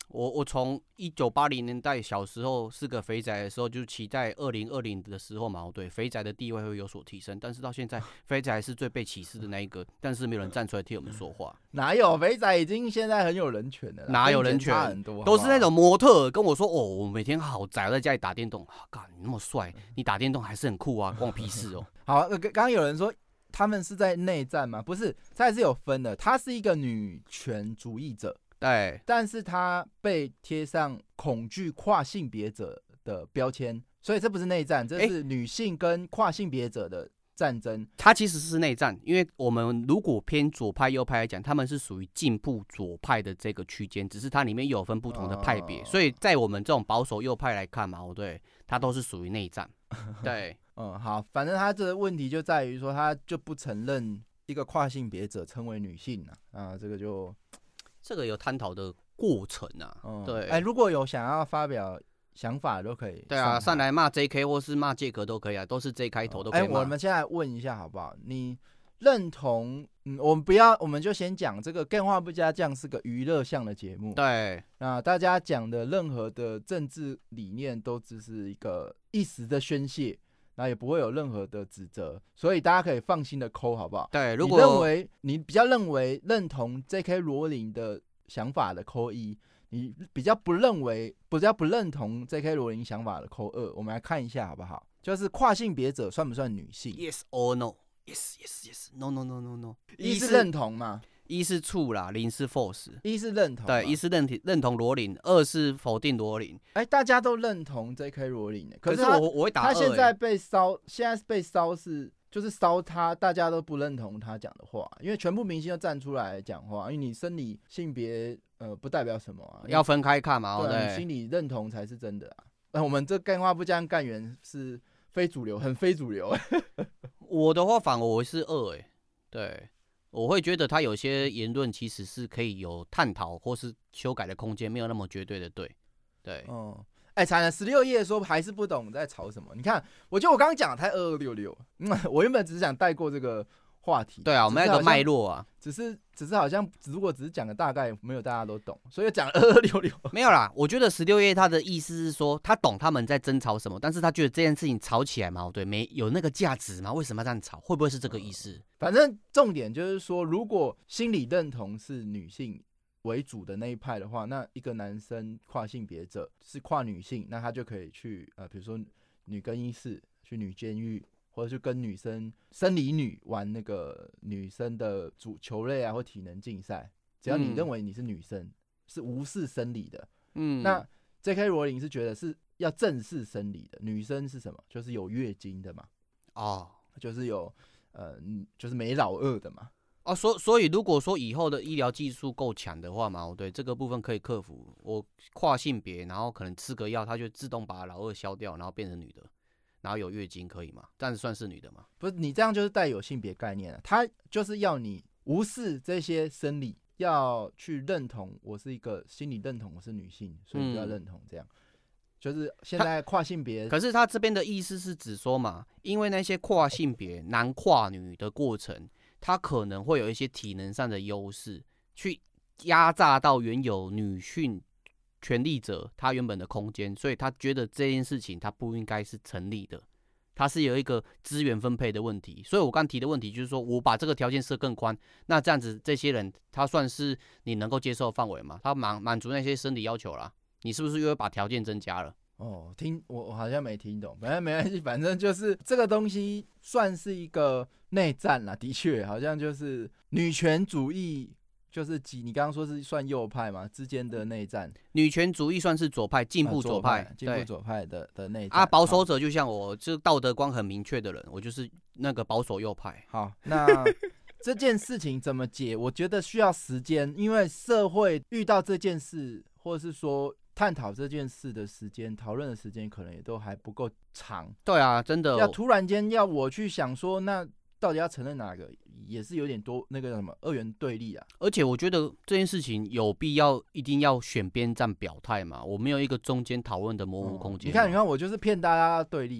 我我从一九八零年代小时候是个肥宅的时候，就期待二零二零的时候嘛，对，肥宅的地位会有所提升。但是到现在，肥宅是最被歧视的那一个，但是没有人站出来替我们说话。 哪有肥仔已经现在很有人权了啦？ 哪有人权？ 差很多， 都是那种模特跟我说，哦，我每天好宅，我在家里打电动。干、啊，你那么帅，你打电动还是很酷啊，关我屁事哦。 好，刚刚有人说他们是在内战吗？不是，他还是有分的。他是一个女权主义者。 对， 但是他被贴上恐惧跨性别者的标签，所以这不是内战，这是女性跟跨性别者的战争。 它其实是内战，因为我们如果偏左派右派来讲，他们是属于进步左派的这个区间，只是它里面有分不同的派别，哦、所以在我们这种保守右派来看嘛，对，它都是属于内战。对， 嗯，好，反正他这个问题就在于说，他就不承认一个跨性别者称为女性啊，啊，这个就。 这个有探讨的过程啊，嗯、对， 哎、欸，如果有想要发表想法都可以， 对啊，上来骂 J K 或是骂杰克都可以啊，都是 J 开头都可以骂。 哎、欸，我们现在问一下好不好？你认同？嗯，我们不要，我们就先讲这个《干话不加酱》是个娱乐向的节目， 对， 那大家讲的任何的政治理念都只是一个一时的宣泄。那也不会有任何的指责，所以大家可以放心的抠，好不好？ 对，如果你认为你比较认为认同 J K 罗琳的想法的扣一，你比较不认为比较不认同 J K 罗琳想法的扣二，我们来看一下好不好？就是跨性别者算不算女性 ？Yes or no? Yes, yes, yes. No, no, no, no, no. 一是认同嘛？ 一是处啦，零是 false。 一是认同， 对，一是认认同罗琳，二是否定罗琳。 哎、欸，大家都认同 J K 罗琳的， 可是我我会打、欸、 他现在被烧，现在被烧是就是烧他，大家都不认同他讲的话，因为全部明星都站出来讲话，因为你生理性别呃不代表什么啊， 要分开看嘛， 对、啊， 对， 你心理认同才是真的啊。那我们这干话不加干员是非主流，很非主流。 我的话反而我是二哎、欸，对。我会觉得他有些言论其实是可以有探讨或是修改的空间，没有那么绝对的对，对。 哦，哎，惨了，十六页说还是不懂在吵什么。你看，我觉得我刚刚讲的才二二六六，我原本只是想带过这个话题。 对啊，我们那个脉络啊， 只是只是好像如果只是讲个大概，没有大家都懂，所以讲二二六六。 没有啦，我觉得十六页他的意思是说，他懂他们在争吵什么，但是他觉得这件事情吵起来嘛，对，没有那个价值嘛，为什么要这样吵？会不会是这个意思？ 反正重点就是说，如果心理认同是女性为主的那一派的话，那一个男生跨性别者是跨女性，那他就可以去呃，比如说女更衣室、去女监狱，或者去跟女生生理女玩那个女生的主球类啊或体能竞赛，只要你认为你是女生，嗯、是无视生理的。嗯，那 J K 罗琳是觉得是要正视生理的，女生是什么？就是有月经的嘛。哦，就是有。呃，就是没老二的嘛。 哦，所所以如果说以后的医疗技术够强的话嘛，对这个部分可以克服。我跨性别，然后可能吃个药，它就自动把老二消掉，然后变成女的，然后有月经可以吗？这样算是女的吗？ 不是，你这样就是带有性别概念了。他就是要你无视这些生理，要去认同我是一个心理认同我是女性，所以就要认同这样。嗯，就是现在跨性别， 可是他这边的意思是指说嘛，因为那些跨性别男跨女的过程，他可能会有一些体能上的优势，去压榨到原有女性权利者他原本的空间，所以他觉得这件事情他不应该是成立的，他是有一个资源分配的问题。所以我刚提的问题就是说，我把这个条件设更宽，那这样子这些人他算是你能够接受的范围吗？他满满足那些生理要求啦。你是不是又会把条件增加了？ 哦，听我我好像没听懂，反正没关系，反正就是这个东西算是一个内战啦，的确好像就是女权主义，就是几你刚刚说是算右派嘛之间的内战。 女权主义算是左派，进步左派， 进、呃、步左派的的内战啊。保守者就像我，就是道德观很明确的人，我就是那个保守右派。 好，那这件事情怎么解？我觉得需要时间，因为社会遇到这件事，或者是说探讨这件事的时间、讨论的时间，可能也都还不够长。 对啊，真的。 要突然间要我去想说，那到底要承认哪个，也是有点多那个什么二元对立啊。 而且我觉得这件事情有必要一定要选边站表态嘛？我没有一个中间讨论的模糊空间、 嗯。你看，你看，我就是骗大家对立嘛。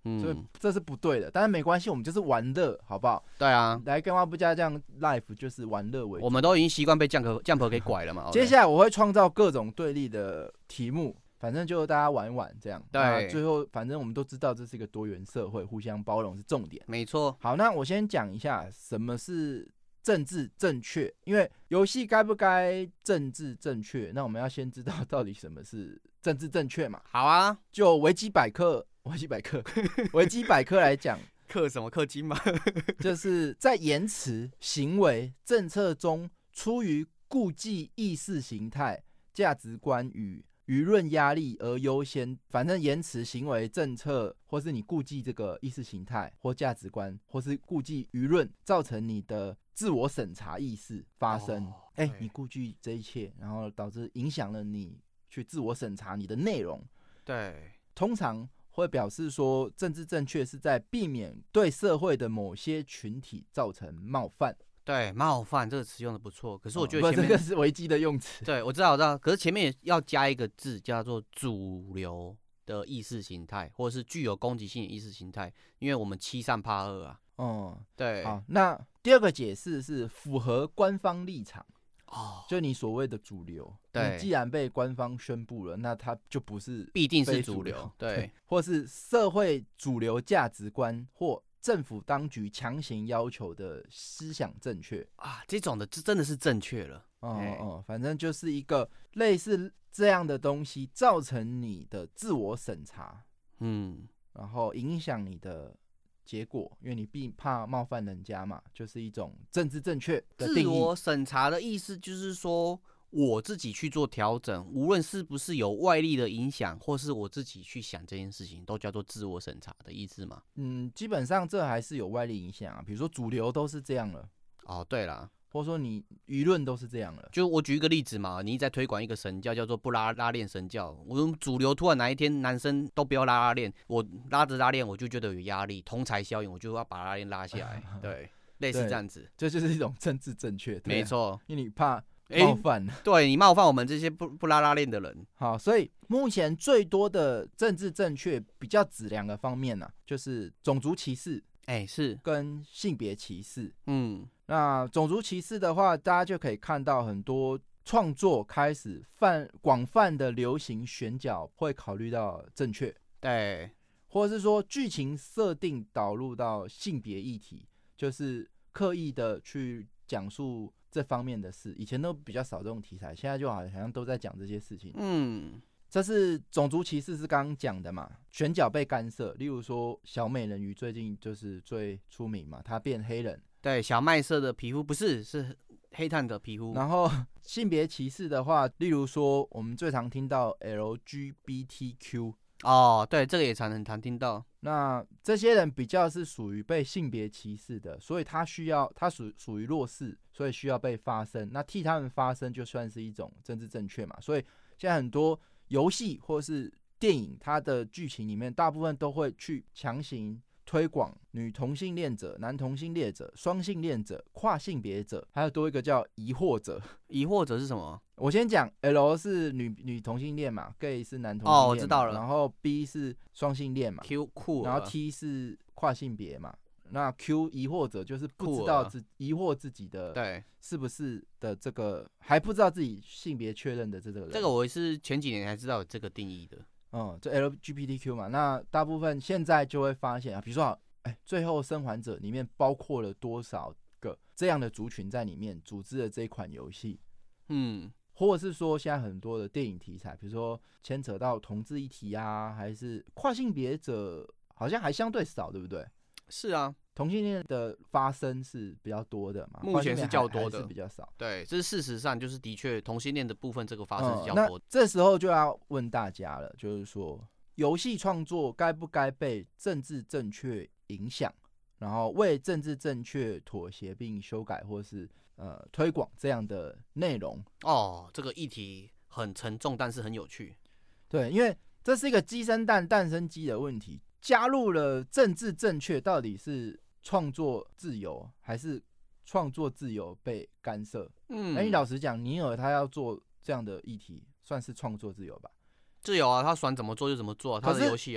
嗯， 所以这是不对的。但是没关系，我们就是玩乐，好不好？ 对啊， 来干嘛不加这样 life 就是玩乐为主。 我们都已经习惯被降格降婆给拐了嘛。 接下来我会创造各种对立的题目，反正就大家玩一玩这样。 对， 最后反正我们都知道这是一个多元社会，互相包容是重点。 没错。 好，那我先讲一下什么是政治正确，因为游戏该不该政治正确，那我们要先知道到底什么是政治正确嘛。 好啊， 就维基百科，维基百科，维基百科来讲， 氪什么氪金嘛？ 就是在言辞、行为、政策中，出于顾忌意识形态、价值观与舆论压力而优先，反正言辞、行为、政策，或是你顾忌这个意识形态或价值观，或是顾忌舆论，造成你的自我审查意识发生。哎、 哦欸，你顾忌这一切，然后导致影响了你去自我审查你的内容。 对， 通常会表示说，政治正确是在避免对社会的某些群体造成冒犯。 对，冒犯这个词用的不错，可是我觉哦、 得前面、 不这个是维基的用词。 对，我知道，我知道，可是前面也要加一个字，叫做主流的意识形态，或者是具有攻击性的意识形态，因为我们欺善怕恶啊。 哦、嗯， 对。 好，那第二个解释是符合官方立场。 哦， 就你所谓的主流， 对， 你既然被官方宣布了，那它就不是必定是主主流，对， 对，或是社会主流价值观或政府当局强行要求的思想正确啊，这种的这真的是正确了。 哦哦，反正就是一个类似这样的东西，造成你的自我审查， 嗯， 然后影响你的结果，因为你必怕冒犯人家嘛，就是一种政治正确的定义。 自我审查的意思就是说，我自己去做调整，无论是不是有外力的影响，或是我自己去想这件事情，都叫做自我审查的意思嘛。 嗯，基本上这还是有外力影响啊，比如说主流都是这样了。 哦，对啦， 或者说你舆论都是这样了。 就我举一个例子嘛，你在推广一个神教叫做不拉拉链神教，我们主流突然哪一天男生都不要拉拉链，我拉着拉链我就觉得有压力，同侪效应，我就要把拉链拉下来，对，类似这样子， 这就是一种政治正确，啊、 没错， 因为你怕冒犯， 欸、对你冒犯我们这些不不拉拉链的人。 好，所以目前最多的政治正确比较指两个方面呢、啊，就是种族歧视。 哎、欸，是跟性别歧视， 嗯， 那种族歧视的话，大家就可以看到很多创作开始泛广泛的流行选角会考虑到正确， 对， 或者是说剧情设定导入到性别议题，就是刻意的去讲述这方面的事。以前都比较少这种题材，现在就好像都在讲这些事情。 嗯。 这是种族歧视，是刚刚讲的嘛？选角被干涉，例如说小美人鱼最近就是最出名嘛，她变黑人， 对，小麦色的皮肤不是是黑炭的皮肤。 然后性别歧视的话，例如说我们最常听到 L G B T Q 哦，对，这个也常很常听到。 那这些人比较是属于被性别歧视的，所以他需要他属属于弱势，所以需要被发声。那替他们发声就算是一种政治正确嘛。所以现在很多游戏或是电影，它的剧情里面大部分都会去强行推广女同性恋者、男同性恋者、双性恋者、跨性别者，还有多一个叫疑惑者。 疑惑者是什么？ 我先讲 L 是女女同性恋嘛 ，gay 是男同性恋， 哦，我知道了。 然后 B 是双性恋嘛 ，Q 酷， 然后 T 是跨性别嘛。那 Q 疑惑者就是不知道自疑惑自己的对是不是的这个还不知道自己性别确认的这个人。 这个我是前几年才知道有这个定义的。 嗯，就 L G B T Q 嘛。那大部分现在就会发现啊，比如说好，哎，最后生还者里面包括了多少个这样的族群在里面组织了这一款游戏？嗯，或者是说现在很多的电影题材，比如说牵扯到同志议题啊，还是跨性别者，好像还相对少，对不对？ 是啊。 同性恋的发生是比较多的嘛， 目前是较多的， 是比较少。 对，这是事实上，就是的确同性恋的部分这个发生是较多的。 嗯、这时候就要问大家了，就是说，游戏创作该不该被政治正确影响，然后为政治正确妥协并修改或是呃推广这样的内容？ 哦，这个议题很沉重，但是很有趣。 对，因为这是一个鸡生蛋，蛋生鸡的问题。加入了政治正确，到底是创作自由还是创作自由被干涉？嗯，哎、欸，你老实讲，尼尔他要做这样的议题，算是创作自由吧？ 自由啊，他喜欢怎么做就怎么做、啊，他的游戏啊。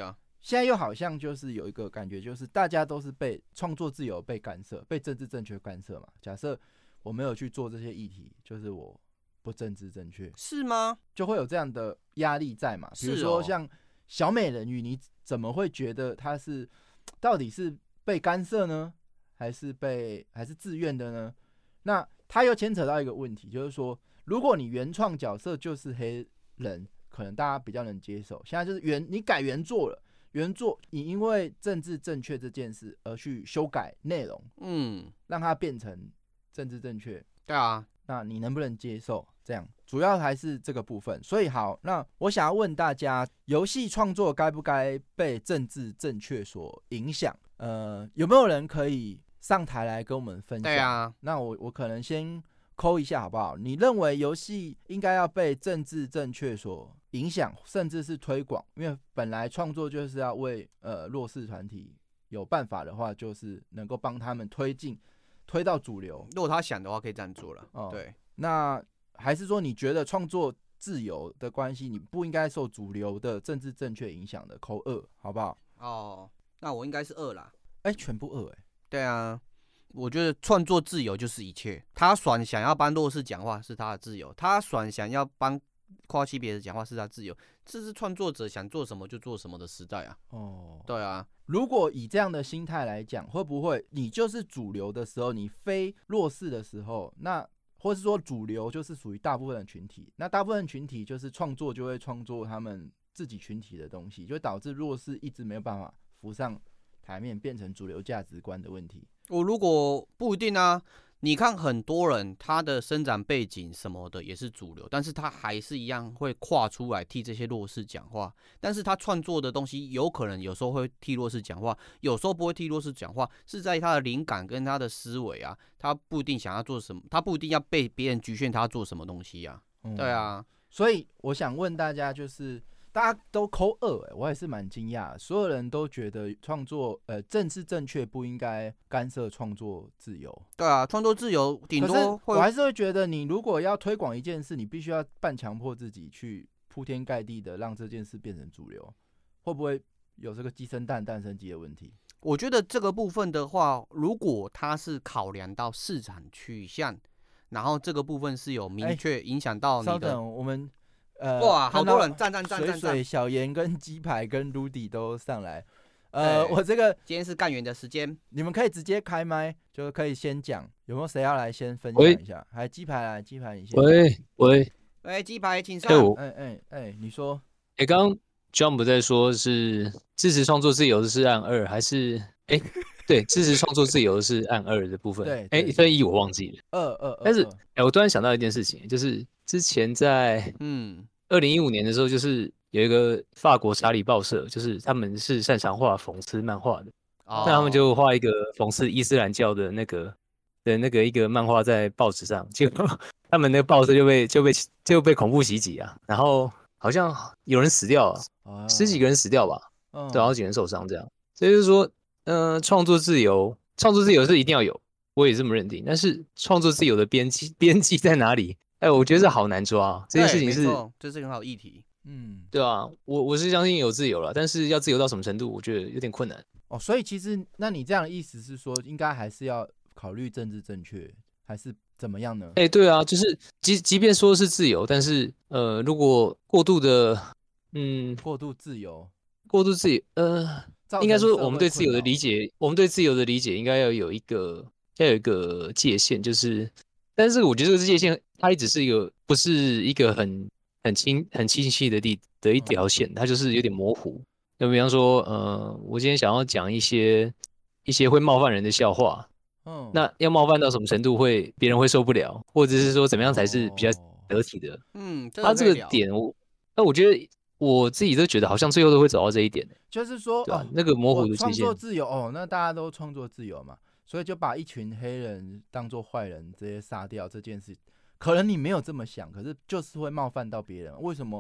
现在又好像就是有一个感觉，就是大家都是被创作自由被干涉，被政治正确干涉嘛。假设我没有去做这些议题，就是我不政治正确， 是吗？ 就会有这样的压力在嘛。比如说像小美人鱼，你怎么会觉得它是到底是被干涉呢，还是被还是自愿的呢？那它又牵扯到一个问题，就是说，如果你原创角色就是黑人，可能大家比较能接受。现在就是原你改原作了，原作你因为政治正确这件事而去修改内容， 嗯， 让它变成政治正确， 对啊， 那你能不能接受？这样主要还是这个部分。所以好，那我想要问大家，游戏创作该不该被政治正确所影响？呃，有没有人可以上台来跟我们分享？ 对啊， 那我我可能先抠一下好不好？你认为游戏应该要被政治正确所影响，甚至是推广？因为本来创作就是要为呃弱势团体有办法的话，就是能够帮他们推进推到主流。 如果他想的话，可以这样做了。 哦， 对， 那还是说你觉得创作自由的关系，你不应该受主流的政治正确影响的？扣二好不好？ 哦，那我应该是二啦。 哎、欸，全部二哎、欸。 对啊，我觉得创作自由就是一切。他爽想要帮弱势讲话是他的自由，他爽想要帮跨性别者讲话是他自由。这是创作者想做什么就做什么的时代啊。 哦， 对啊。 如果以这样的心态来讲，会不会你就是主流的时候，你非弱势的时候，那或是说主流就是属于大部分的群体，那大部分群体就是创作就会创作他们自己群体的东西，就会导致弱势一直没有办法浮上台面，变成主流价值观的问题。 我如果不一定啊，你看很多人他的生长背景什么的也是主流，但是他还是一样会跨出来替这些弱势讲话。但是他创作的东西有可能有时候会替弱势讲话，有时候不会替弱势讲话，是在他的灵感跟他的思维啊，他不一定想要做什么，他不一定要被别人局限他做什么东西啊。嗯、对啊， 所以我想问大家，就是大家都扣二，哎，我也是蛮惊讶，所有人都觉得创作呃政治正确不应该干涉创作自由。 对啊，创作自由顶多会， 我还是会觉得，你如果要推广一件事，你必须要半强迫自己去铺天盖地的让这件事变成主流，会不会有这个鸡生蛋蛋生鸡的问题？ 我觉得这个部分的话，如果它是考量到市场取向，然后这个部分是有明确影响到你的。 稍等，我们。呃， 哇，好多人赞赞赞赞赞！ 水水、小严跟鸡排跟 Rudy 都上来。呃，我这个今天是干员的时间， 你们可以直接开麦，就可以先讲。有没有谁要来先分享一下？还鸡排来，鸡排你先。 喂喂喂，鸡排请上。 哎哎哎，你说。 哎，刚刚 Jump 在说是支持创作自由的是按二，还是哎？对，支持创作自由是按二的部分。 对， 哎，分一我忘记了。 二二。 但是哎，我突然想到一件事情，就是之前在嗯二零一五年的时候，就是有一个法国查理报社，就是他们是擅长画讽刺漫画的，那、哦、他们就画一个讽刺伊斯兰教的那个的那个一个漫画在报纸上，结果他们那个报社就被就被就被恐怖袭击啊，然后好像有人死掉了，哦、十几个人死掉吧，哦、对，好几个人受伤这样，所以就是说。呃，创作自由，创作自由是一定要有，我也这么认定。但是创作自由的边际边际在哪里？哎，我觉得这好难抓、啊。这件事情是， 这是很好的议题。 嗯， 对啊，我我是相信有自由了，但是要自由到什么程度，我觉得有点困难。 哦，所以其实，那你这样的意思是说，应该还是要考虑政治正确，还是怎么样呢？ 哎，对啊，就是即即便说是自由，但是呃，如果过度的，嗯， 过度自由， 过度自由，呃。应该说，我们对自由的理解，我们对自由的理解应该要有一个，要有一个界限，就是，但是我觉得这个界限，它一直是一个，不是一个很很清很清晰的地的一条线，它就是有点模糊。就比方说，呃，我今天想要讲一些一些会冒犯人的笑话，嗯，那要冒犯到什么程度会别人会受不了，或者是说怎么样才是比较得体的？ 嗯， 它这个点，我那我觉得。我自己都觉得好像最后都会走到这一点， 就是说， 哦，那个模糊的界限。 创作自由哦，那大家都创作自由嘛，所以就把一群黑人当作坏人直接杀掉这件事，可能你没有这么想，可是就是会冒犯到别人。为什么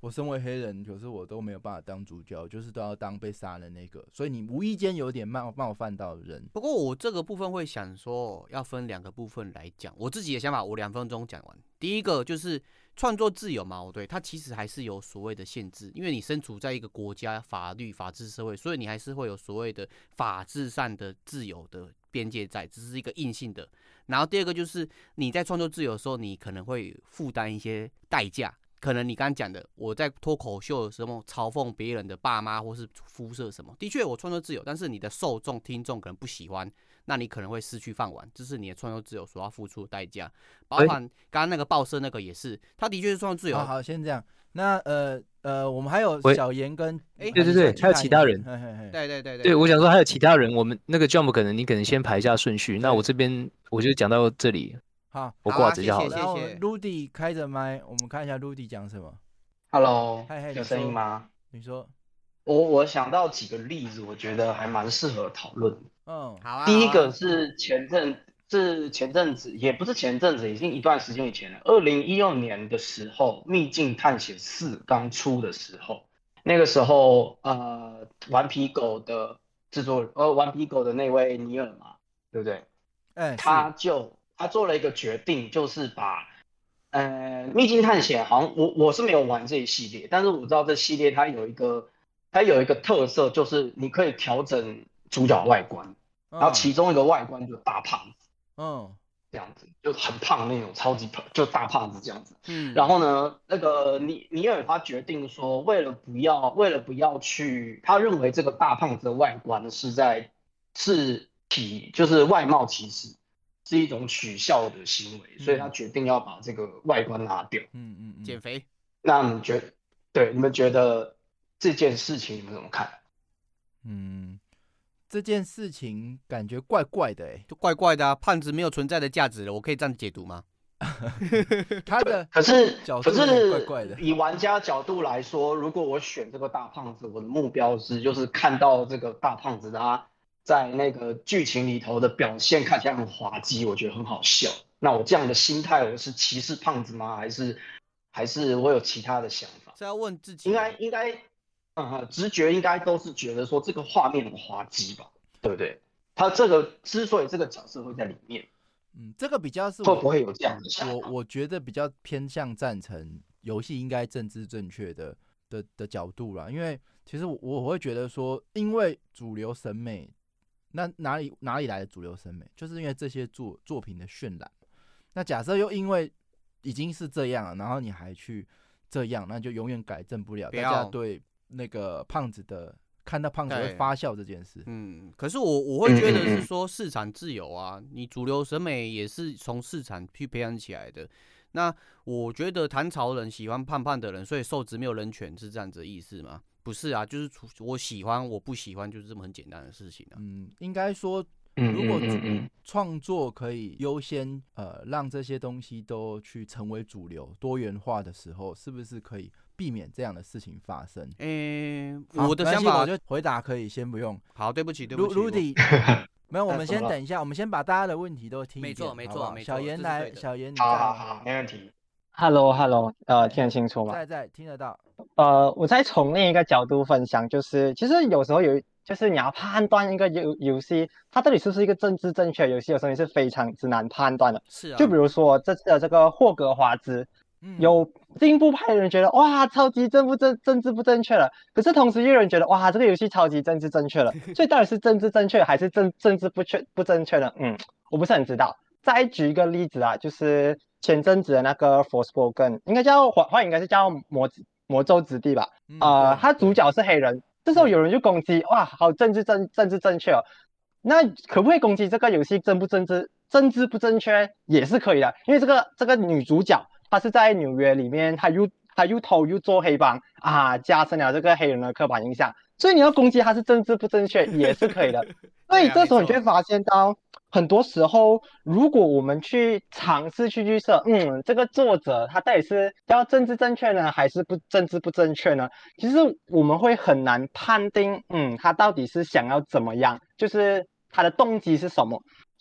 我身为黑人，可是我都没有办法当主角，就是都要当被杀的那个，所以你无意间有点冒冒犯到人。 不过我这个部分会想说，要分两个部分来讲。我自己的想法，我两分钟讲完。第一个就是创作自由嘛，对，它其实还是有所谓的限制，因为你身处在一个国家法律法治社会，所以你还是会有所谓的法治上的自由的边界在，只是一个硬性的。然后第二个就是你在创作自由的时候，你可能会负担一些代价。可能你刚刚讲的，我在脱口秀的时候嘲讽别人的爸妈或是肤色什么，的确我创作自由，但是你的受众听众可能不喜欢，那你可能会失去饭碗，这是你的创作自由所要付出的代价。包含刚刚那个报社那个也是，他的确是创作自由。 好好，先这样。那呃呃，我们还有小严跟哎，对对对，还有其他人。 嘿嘿嘿对对对对， 对我想说还有其他人，我们那个 Jump 可能你可能先排一下顺序，那我这边我就讲到这里。 好， 我挂着就好了。 谢谢然后 Rudy 开着麦，我们看一下 Rudy 讲什么。 Hello， 嗨嗨， 有声音吗？ 你说， 我我想到几个例子，我觉得还蛮适合讨论。 嗯， 好啊。 第一个是前阵是前阵子，也不是前阵子，已经一段时间以前了。二零一六年的时候，《秘境探险四》刚出的时候，那个时候呃，顽皮狗的制作呃，顽皮狗的那位尼尔嘛，对不对？ 哎， 他就他做了一个决定，就是把。呃，秘境探险好像我我是没有玩这一系列，但是我知道这系列它有一个它有一个特色，就是你可以调整主角外观， 嗯、 然后其中一个外观就是大胖子， 嗯， 这样子就很胖那种超级胖，就大胖子这样子。 嗯， 然后呢，那个尼尼尔他决定说，为了不要为了不要去，他认为这个大胖子的外观是在是体就是外貌歧视。是一种取笑的行为，所以他决定要把这个外观拿掉。 嗯嗯嗯， 减肥。 那你们觉得，对你们觉得这件事情你们怎么看？ 嗯，这件事情感觉怪怪的哎、欸， 就怪怪的啊，胖子没有存在的价值了，我可以这样解读吗？ 他的可是可角度有点怪是怪的。 以玩家角度来说，如果我选这个大胖子，我的目标是就是看到这个大胖子他。在那个剧情里头的表现看起来很滑稽，我觉得很好笑。那我这样的心态，我是歧视胖子吗？还是还是我有其他的想法？ 是要问自己。 应该应该，嗯，直觉应该都是觉得说这个画面很滑稽吧，对不对？他这个之所以这个角色会在里面， 嗯，这个比较是会不会有这样的想法？ 我我觉得比较偏向赞成游戏应该政治正确的的的角度啦，因为其实我我会觉得说，因为主流审美。那哪里哪里来的主流审美？就是因为这些作作品的渲染。那假设又因为已经是这样了，然后你还去这样，那就永远改正不了。大家对那个胖子的看到胖子会发笑这件事。 嗯，可是我我会觉得是说市场自由啊，你主流审美也是从市场去培养起来的。那我觉得唐朝人喜欢胖胖的人，所以瘦子没有人权，是这样子的意思吗？不是啊，就是我喜欢，我不喜欢，就是这么很简单的事情啊。 嗯，应该说，如果创作可以优先呃让这些东西都去成为主流、多元化的时候，是不是可以避免这样的事情发生？ 诶、欸，我的想法， 我就回答可以先不用。 好，对不起，对不起。 Rudy， 没有，我们先等一下，我们先把大家的问题都听一遍。 没错，没错，没错。 小严来，小严，你好好好，没问题。 Hello Hello， 呃，听得清楚吗？ 在在听得到。 呃，我再从另一个角度分享，就是其实有时候有，就是你要判断一个游游戏，它到底是不是一个政治正确的游戏，有时候也是非常之难判断的。 是啊。 就比如说这次的这个霍格华兹，嗯、有进步派的人觉得哇，超级政不正政治不正确了，可是同时又有人觉得哇，这个游戏超级政治正确了，所以到底是政治正确还是政政治不确不正确呢？嗯，我不是很知道。再举一个例子啊，就是前阵子的那个 Forspoken， 应该叫华应该是叫魔魔咒之地吧？嗯、呃，他主角是黑人，这时候有人就攻击，哇，好政治正政治正确哦。那可不可以攻击这个游戏政不政治政治不正确也是可以的，因为这个这个女主角她是在纽约里面，她又她又偷又做黑帮啊，加深了这个黑人的刻板印象，所以你要攻击她是政治不正确也是可以的。所以这时候你就会发现到，很多时候如果我们去尝试去预测，嗯，这个作者他到底是要政治正确呢，还是不政治不正确呢？其实我们会很难判定，嗯，他到底是想要怎么样，就是他的动机是什么。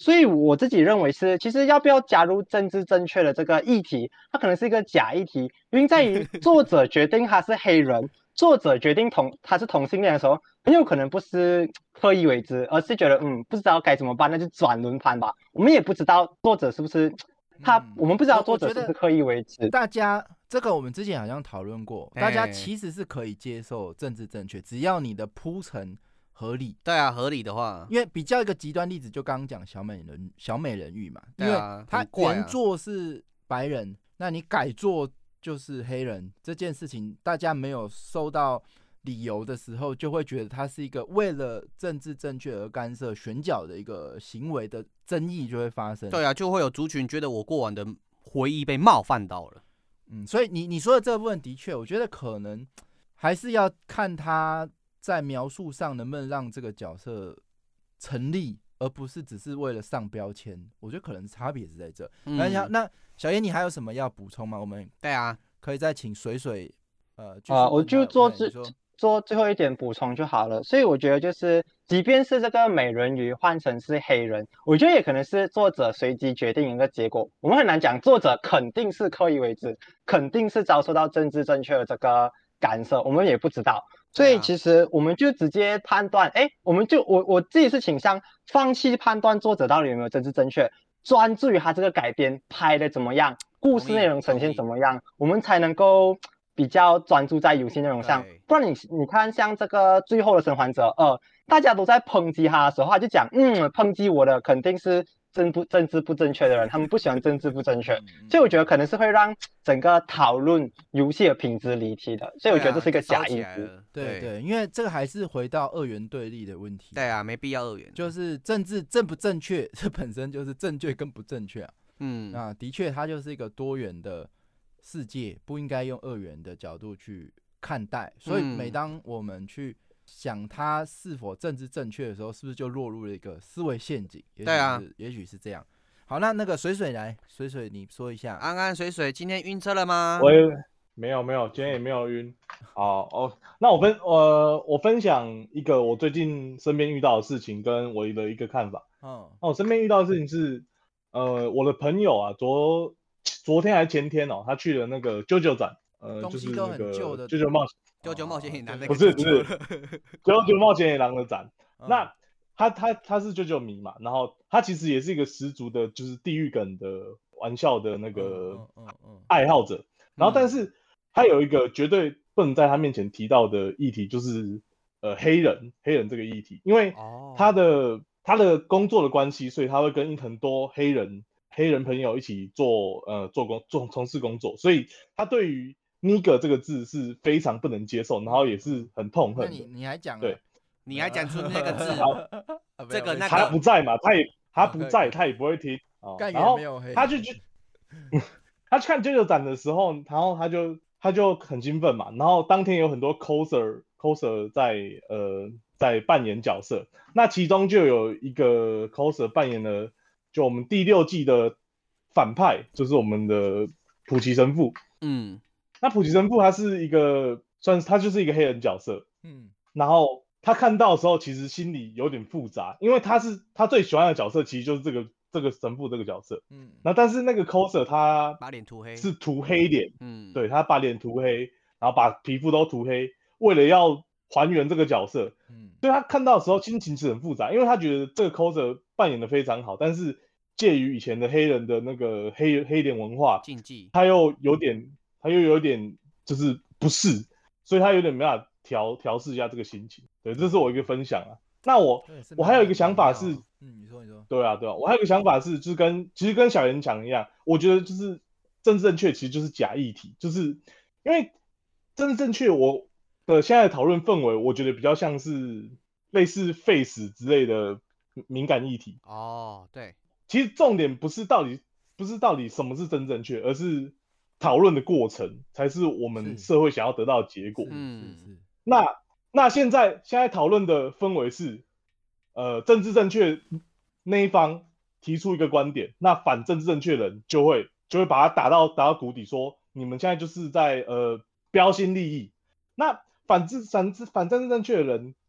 所以我自己认为是，其实要不要加入政治正确的这个议题，它可能是一个假议题，原因在于作者决定他是黑人，作者决定同他是同性恋的时候，很有可能不是刻意为之，而是觉得嗯不知道该怎么办，那就转轮盘吧。我们也不知道作者是不是他， 嗯、 我们不知道作者是不是刻意为之。 大家这个我们之前好像讨论过，大家其实是可以接受政治正确，只要你的铺陈合理。 对啊，合理的话， 因为比较一个极端例子，就刚刚讲小美人小美人鱼嘛，因为啊、 他原作是白人，那你改作就是黑人，这件事情大家没有收到理由的时候，就会觉得他是一个为了政治正确而干涉选角的一个行为的争议就会发生。 对啊，就会有族群觉得我过往的回忆被冒犯到了。 嗯，所以你你说的这部分的确，我觉得可能还是要看他在描述上能不能让这个角色成立，而不是只是为了上标签。我觉得可能差别是在这。嗯、那那小叶，你还有什么要补充吗？我们对啊， 可以再请水水呃啊、呃，我就做最做最后一点补充就好了。所以我觉得就是，即便是这个美人鱼换成是黑人，我觉得也可能是作者随机决定一个结果。我们很难讲作者肯定是刻意为之，肯定是遭受到政治正确的这个干涉，我们也不知道。所以其实我们就直接判断，哎，我们就我我自己是倾向放弃判断作者到底有没有政治正确，专注于他这个改编拍的怎么样，故事内容呈现怎么样，我们才能够比较专注在游戏内容上。不然你你看像这个最后的生还者二，大家都在抨击他的时候，他就讲，嗯，抨击我的肯定是政不政治不正确的人，他们不喜欢政治不正确，所以我觉得可能是会让整个讨论游戏的品质离题的，所以我觉得这是一个假议题。 对 对, 对，因为这个还是回到二元对立的问题。 对啊，没必要二元， 就是政治正不正确，这本身就是正确跟不正确啊。 嗯， 啊，的确，它就是一个多元的世界，不应该用二元的角度去看待。所以每当我们去想它是否政治正确的时候，是不是就落入了一个思维陷阱？ 对啊， 也许是这样。好，那那个水水来，水水你说一下。 安安水水，今天晕车了吗？ 我也没有没有，今天也没有晕。好哦，那我分呃我分享一个我最近身边遇到的事情，跟我的一个看法。 嗯， 那我身边遇到的事情是，呃，我的朋友啊，昨昨天还是前天哦，他去了那个啾啾展，呃，就是那个啾啾冒险。 啾啾冒险野狼的不是不是啾啾冒险野狼的展，嗯、那他他他是啾啾迷嘛，然后他其实也是一个十足的，就是地狱梗的玩笑的那个爱好者，嗯嗯嗯嗯、然后但是他有一个绝对不能在他面前提到的议题，就是呃黑人黑人这个议题，因为他的、哦、他的工作的关系，所以他会跟很多黑人黑人朋友一起做呃做工做从事工作，所以他对于nigger 这个字是非常不能接受，然后也是很痛恨的。 那你你还讲， 对， 你还讲出那个字，这个那个他不在嘛，他也他不在，他也不会听。哦、然后他就去，他去看啾啾展的时候，然后他就他就很兴奋嘛，然后当天有很多 coser coser 在呃在扮演角色，那其中就有一个 coser 扮演了就我们第六季的反派，就是我们的普奇神父。 嗯。 那普奇神父他是一个算是他就是一个黑人角色， 嗯， 然后他看到的时候其实心里有点复杂，因为他是他最喜欢的角色其实就是这个这个神父这个角色，嗯，那但是那个 coser 他把脸涂黑， 是涂黑脸， 嗯， 对他把脸涂黑，然后把皮肤都涂黑，为了要还原这个角色，嗯，所以他看到的时候心情是很复杂，因为他觉得这个 coser 扮演的非常好，但是介于以前的黑人的那个黑黑脸文化禁忌， 他又有点。他又有点就是不适，所以他有点没办法调调试一下这个心情。对，这是我一个分享啊。那我我还有一个想法是， 嗯，你说你说， 对啊对啊，我还有一个想法是，就是跟其实跟小严讲一样，我觉得就是政治正确其实就是假议题，就是因为政治正确我的现在的讨论氛围，我觉得比较像是类似 face 之类的敏感议题。 哦，对， 其实重点不是到底不是到底什么是真正确，而是讨论的过程才是我们社会想要得到的结果。 嗯， 那那现在现在讨论的氛围是，呃，政治正确那一方提出一个观点，那反政治正确人就会就会把它打到打到谷底，说你们现在就是在呃标新立异。那反治反治反政治正确的人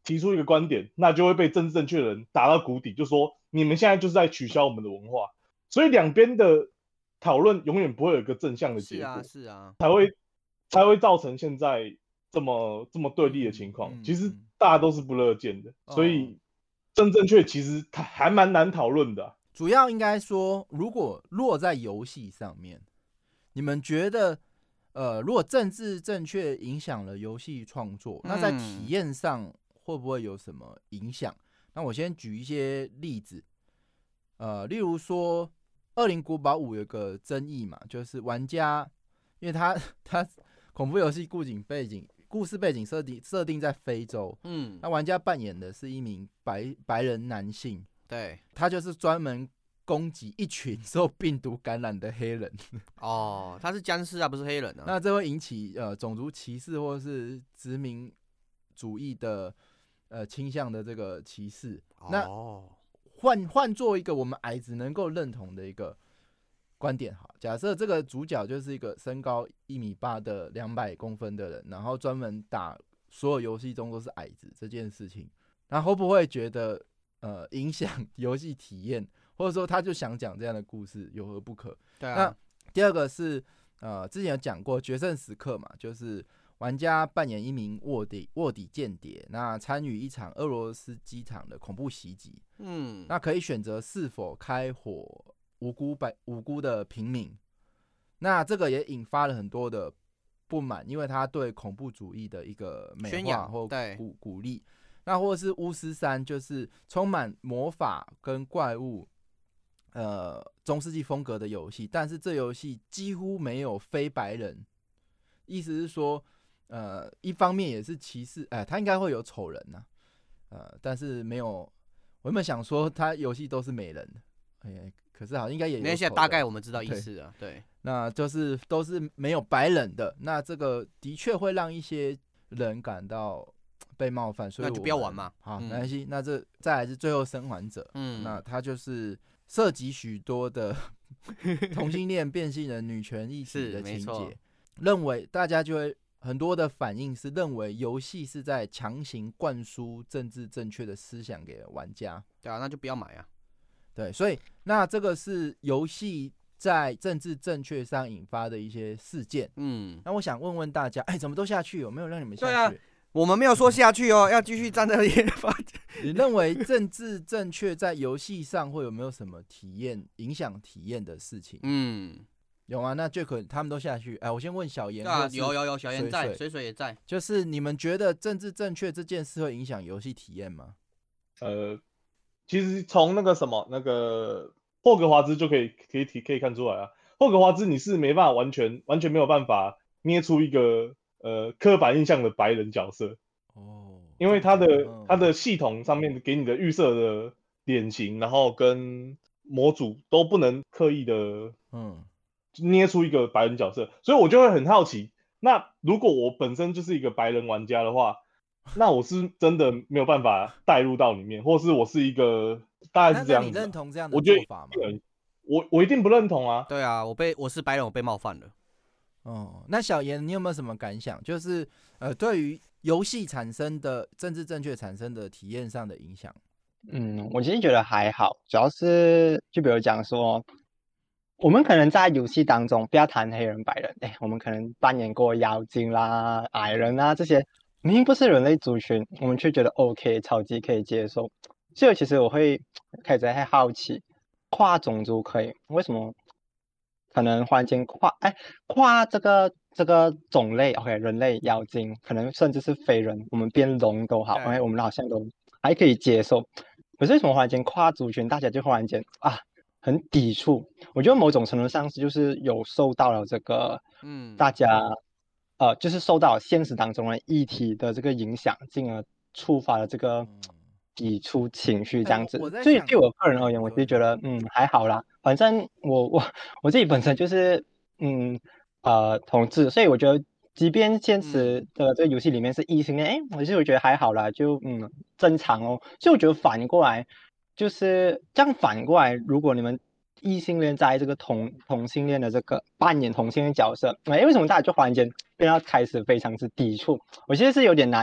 提出一个观点，那就会被政治正确的人打到谷底，就说你们现在就是在取消我们的文化，所以两边的讨论永远不会有一个正向的结果， 是啊是啊， 才会才会造成现在这么这么对立的情况。 嗯嗯、 其实大家都是不乐见的， 嗯、 所以政治正确其实还蛮难讨论的、啊。 主要应该说，如果落在游戏上面，你们觉得？呃，如果政治正确影响了游戏创作，那在体验上会不会有什么影响？嗯、那我先举一些例子，呃，例如说《恶灵古堡五》有个争议嘛，就是玩家，因为他他恐怖游戏故景背景、故事背景设定设定在非洲，嗯，那玩家扮演的是一名白白人男性， 对， 他就是专门攻击一群受病毒感染的黑人。 哦，他是僵尸啊，不是黑人啊。 那这会引起呃种族歧视或是殖民主义的呃倾向的这个歧视。哦、那换换做一个我们矮子能够认同的一个观点，好，假设这个主角就是一个身高一米八的两百公分的人，然后专门打所有游戏中都是矮子这件事情，那会不会觉得呃影响游戏体验？或者说他就想讲这样的故事，有何不可？ 对啊。 那第二个是呃，之前有讲过决胜时刻嘛，就是玩家扮演一名卧底卧底间谍，那参与一场俄罗斯机场的恐怖袭击。嗯，那可以选择是否开火无辜百无辜的平民。那这个也引发了很多的不满，因为他对恐怖主义的一个美化或鼓鼓励。那或者是巫师三，就是充满魔法跟怪物。呃，中世纪风格的游戏，但是这游戏几乎没有非白人，意思是说，呃，一方面也是歧视，哎、呃，他应该会有丑人呐、啊，呃，但是没有，我原本想说他游戏都是美人，哎，可是好像应该也有丑人， 那现在大概我们知道意思了，对，对那就是都是没有白人的，那这个的确会让一些人感到被冒犯，所以那就不要玩嘛， 好，没关系，那这再来是最后生还者，嗯，那他就是。涉及许多的同性恋、变性人、女权议题的情节，认为大家就会很多的反应是认为游戏是在强行灌输政治正确的思想给玩家。 对啊，那就不要买啊。 对，所以那这个是游戏在政治正确上引发的一些事件。嗯，那我想问问大家，哎，怎么都下去？有没有让你们下去？ 对啊。我们没有说下去哦，要继续站在这里发展。 你认为政治正确在游戏上会有没有什么体验影响体验的事情？嗯，有啊。那 Jack 他们都下去，哎，我先问小严。 啊，有有有，小严在，水水也在。 就是你们觉得政治正确这件事会影响游戏体验吗？ 呃，其实从那个什么那个霍格华兹就可以可以可以看出来啊。霍格华兹你是没办法完全完全没有办法捏出一个。呃，刻板印象的白人角色哦，因为他的、嗯、他的系统上面给你的预设的脸型，然后跟模组都不能刻意的嗯捏出一个白人角色，所以我就会很好奇，那如果我本身就是一个白人玩家的话，那我是真的没有办法带入到里面，或是我是一个大概是这样子、啊。 那你认同这样的做法吗？ 我觉得我我一定不认同啊。 对啊，我被我是白人，我被冒犯了。 哦，那小严，你有没有什么感想？就是呃，对于游戏产生的政治正确产生的体验上的影响？ 嗯，我其实觉得还好，主要是就比如讲说，我们可能在游戏当中不要谈黑人、白人，哎，我们可能扮演过妖精啦、矮人啊这些，明明不是人类族群，我们却觉得 OK， 超级可以接受。所以其实我会开始在好奇，跨种族可以，为什么？可能忽然间跨哎跨这个这个种类 ，OK， 人类、妖精，可能甚至是非人，我们变龙都好，哎，我们好像都还可以接受。可是为什么忽然间跨族群，大家就忽然间啊很抵触？我觉得某种程度上是就是有受到了这个嗯大家呃就是受到现实当中的议题的这个影响，进而触发了这个抵触情绪这样子。 欸、 所以对我个人而言，我就觉得嗯还好啦。反正我我我自己本身就是嗯呃同志，所以我觉得即便现实的这个游戏里面是异性恋，哎，我就觉得还好啦，就嗯正常哦。所以我觉得反过来就是这样反过来，如果你们异性恋在这个同同性恋的这个扮演同性恋角色，哎，为什么大家就忽然间变到开始非常之抵触？我其实是有点难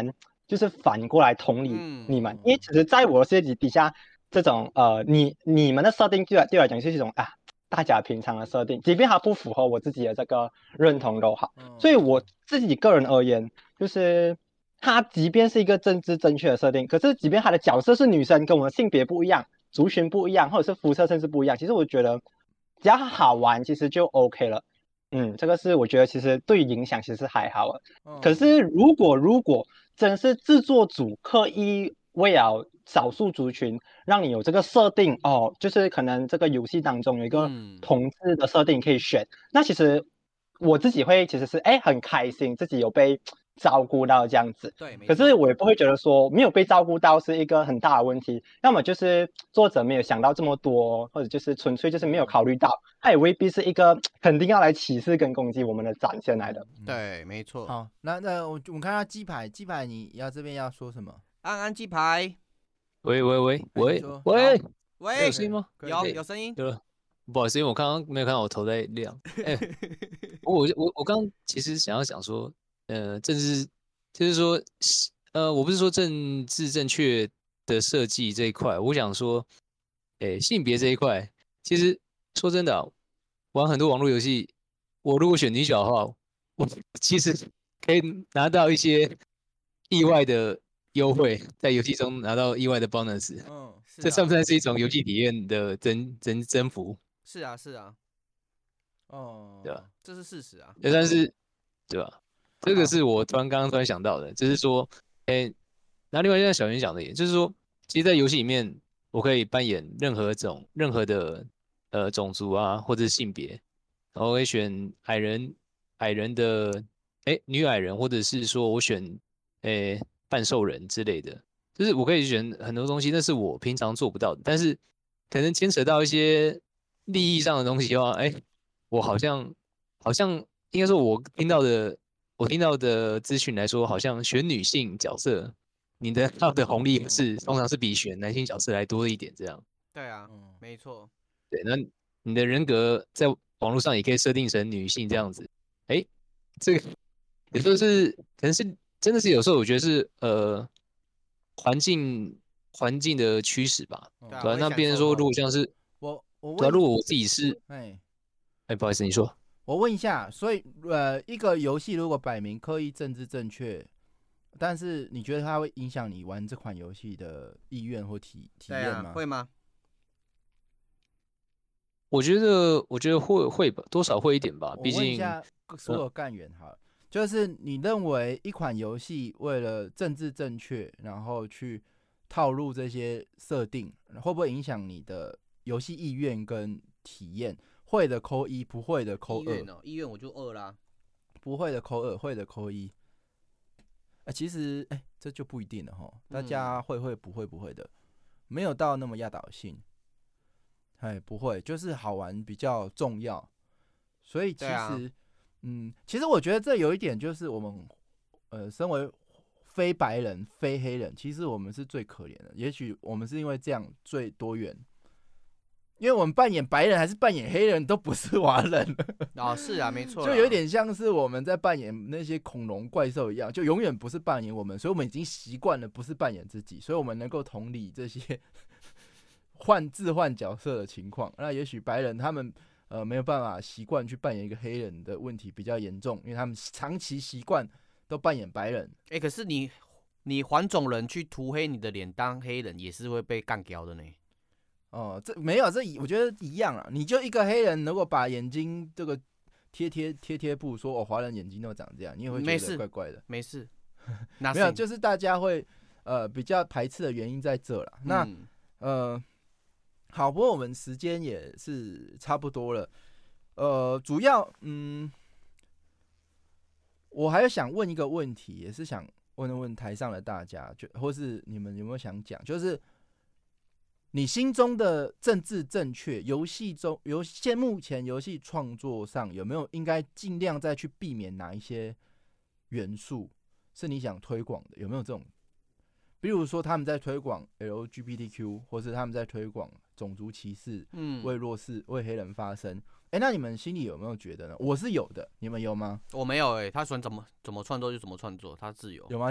就是反过来同理你们，嗯、因为其实在我的设计底下，这种呃，你你们的设定对我对我来讲是一种啊，大家平常的设定，即便它不符合我自己的这个认同都好。嗯、所以我自己个人而言，就是它即便是一个政治正确的设定，可是即便它的角色是女生，跟我们的性别不一样，族群不一样，或者是肤色甚至不一样，其实我觉得只要它好玩，其实就 OK 了。嗯，这个是我觉得其实对影响其实还好了。嗯、可是如果如果真是制作组刻意为了少数族群让你有这个设定哦，就是可能这个游戏当中有一个同志的设定可以选，嗯、那其实我自己会其实是哎很开心自己有被照顾到这样子。 对， 可是我也不会觉得说没有被照顾到是一个很大的问题，要么就是作者没有想到这么多，或者就是纯粹就是没有考虑到，它也未必是一个肯定要来歧视跟攻击我们的展现来的。 对，没错。 好，那那我我们看到鸡排，鸡排你要这边要说什么？ 安安鸡排， 喂喂喂喂喂喂，有声音吗？ 有有声音。 对了，不好意思，因为我刚刚没有看到我头在亮。哎、欸，我我我刚刚其实想要讲说，呃，政治就是说，呃，我不是说政治正确的设计这一块，我想说，哎、欸，性别这一块，其实说真的、啊，玩很多网络游戏，我如果选女角的话，我其实可以拿到一些意外的优惠，在游戏中拿到意外的 bonus。嗯，是啊、这算不算是一种游戏体验的增增增幅？ 是啊，是啊。 哦， 对吧？ 这是事实啊。 也算是，对吧？这个是我突然刚刚突然想到的，就是说，哎、欸，然后另外像小袁讲的，也就是说，其实，在游戏里面，我可以扮演任何种、任何的呃种族啊，或者是性别，然后我会选矮人、矮人的，哎、欸，女矮人，或者是说我选，哎、欸，半兽人之类的，就是我可以选很多东西，那是我平常做不到的，但是可能牵扯到一些利益上的东西的话，哎、欸，我好像好像应该说，我听到的。我听到的资讯来说，好像选女性角色，你的到的红利是通常是比选男性角色来多一点，这样。 对啊，嗯，没错。 对，那你的人格在网络上也可以设定成女性这样子。哎，这个有时候是可能是真的是有时候我觉得是呃环境环境的驱使吧。 对啊。 对啊，那别人说如果像是我我对啊，如果我自己是哎哎不好意思，你说。 我问一下，所以呃，一个游戏如果摆明刻意政治正确，但是你觉得它会影响你玩这款游戏的意愿或体体验吗？ 啊、会吗？ 我觉得，我觉得会会吧，多少会一点吧。毕竟， 我问一下所有干员好了，嗯、就是你认为一款游戏为了政治正确，然后去套入这些设定，会不会影响你的游戏意愿跟体验？会的扣一，不会的扣二。 意愿哦，意愿我就二啦。 不会的扣二，会的扣一。哎，其实哎，这就不一定了哈。大家会会不会不会的，没有到那么压倒性。哎，不会，就是好玩比较重要。所以其实，啊、嗯，其实我觉得这有一点就是我们呃，身为非白人、非黑人，其实我们是最可怜的。也许我们是因为这样最多元。因为我们扮演白人还是扮演黑人都不是华人哦，是啊，没错， 就有点像是我们在扮演那些恐龙怪兽一样，就永远不是扮演我们，所以我们已经习惯了不是扮演自己，所以我们能够同理这些换置换角色的情况。那也许白人他们呃没有办法习惯去扮演一个黑人的问题比较严重，因为他们长期习惯都扮演白人。 哎、欸，可是你你黄种人去涂黑你的脸当黑人，也是会被干掉的呢。 哦，这没有，这我觉得一样啊。你就一个黑人，如果把眼睛这个贴贴贴贴布，说我、哦、华人眼睛都长这样，你也会觉得怪怪的。 没事， 没有，就是大家会呃比较排斥的原因在这啦。那、嗯、呃，好，不过我们时间也是差不多了。呃，主要嗯，我还想问一个问题，也是想问问台上的大家，就或是你们有没有想讲，就是。你心中的政治正确，游戏中游现目前游戏创作上有没有应该尽量再去避免哪一些元素是你想推广的？有没有这种？比如说他们在推广 L G B T Q， 或是他们在推广种族歧视，嗯，为弱势、为黑人发声。哎、欸，那你们心里有没有觉得呢？我是有的，你们有吗？ 我没有哎、欸，他喜欢怎么怎么创作就怎么创作，他自由。 有吗？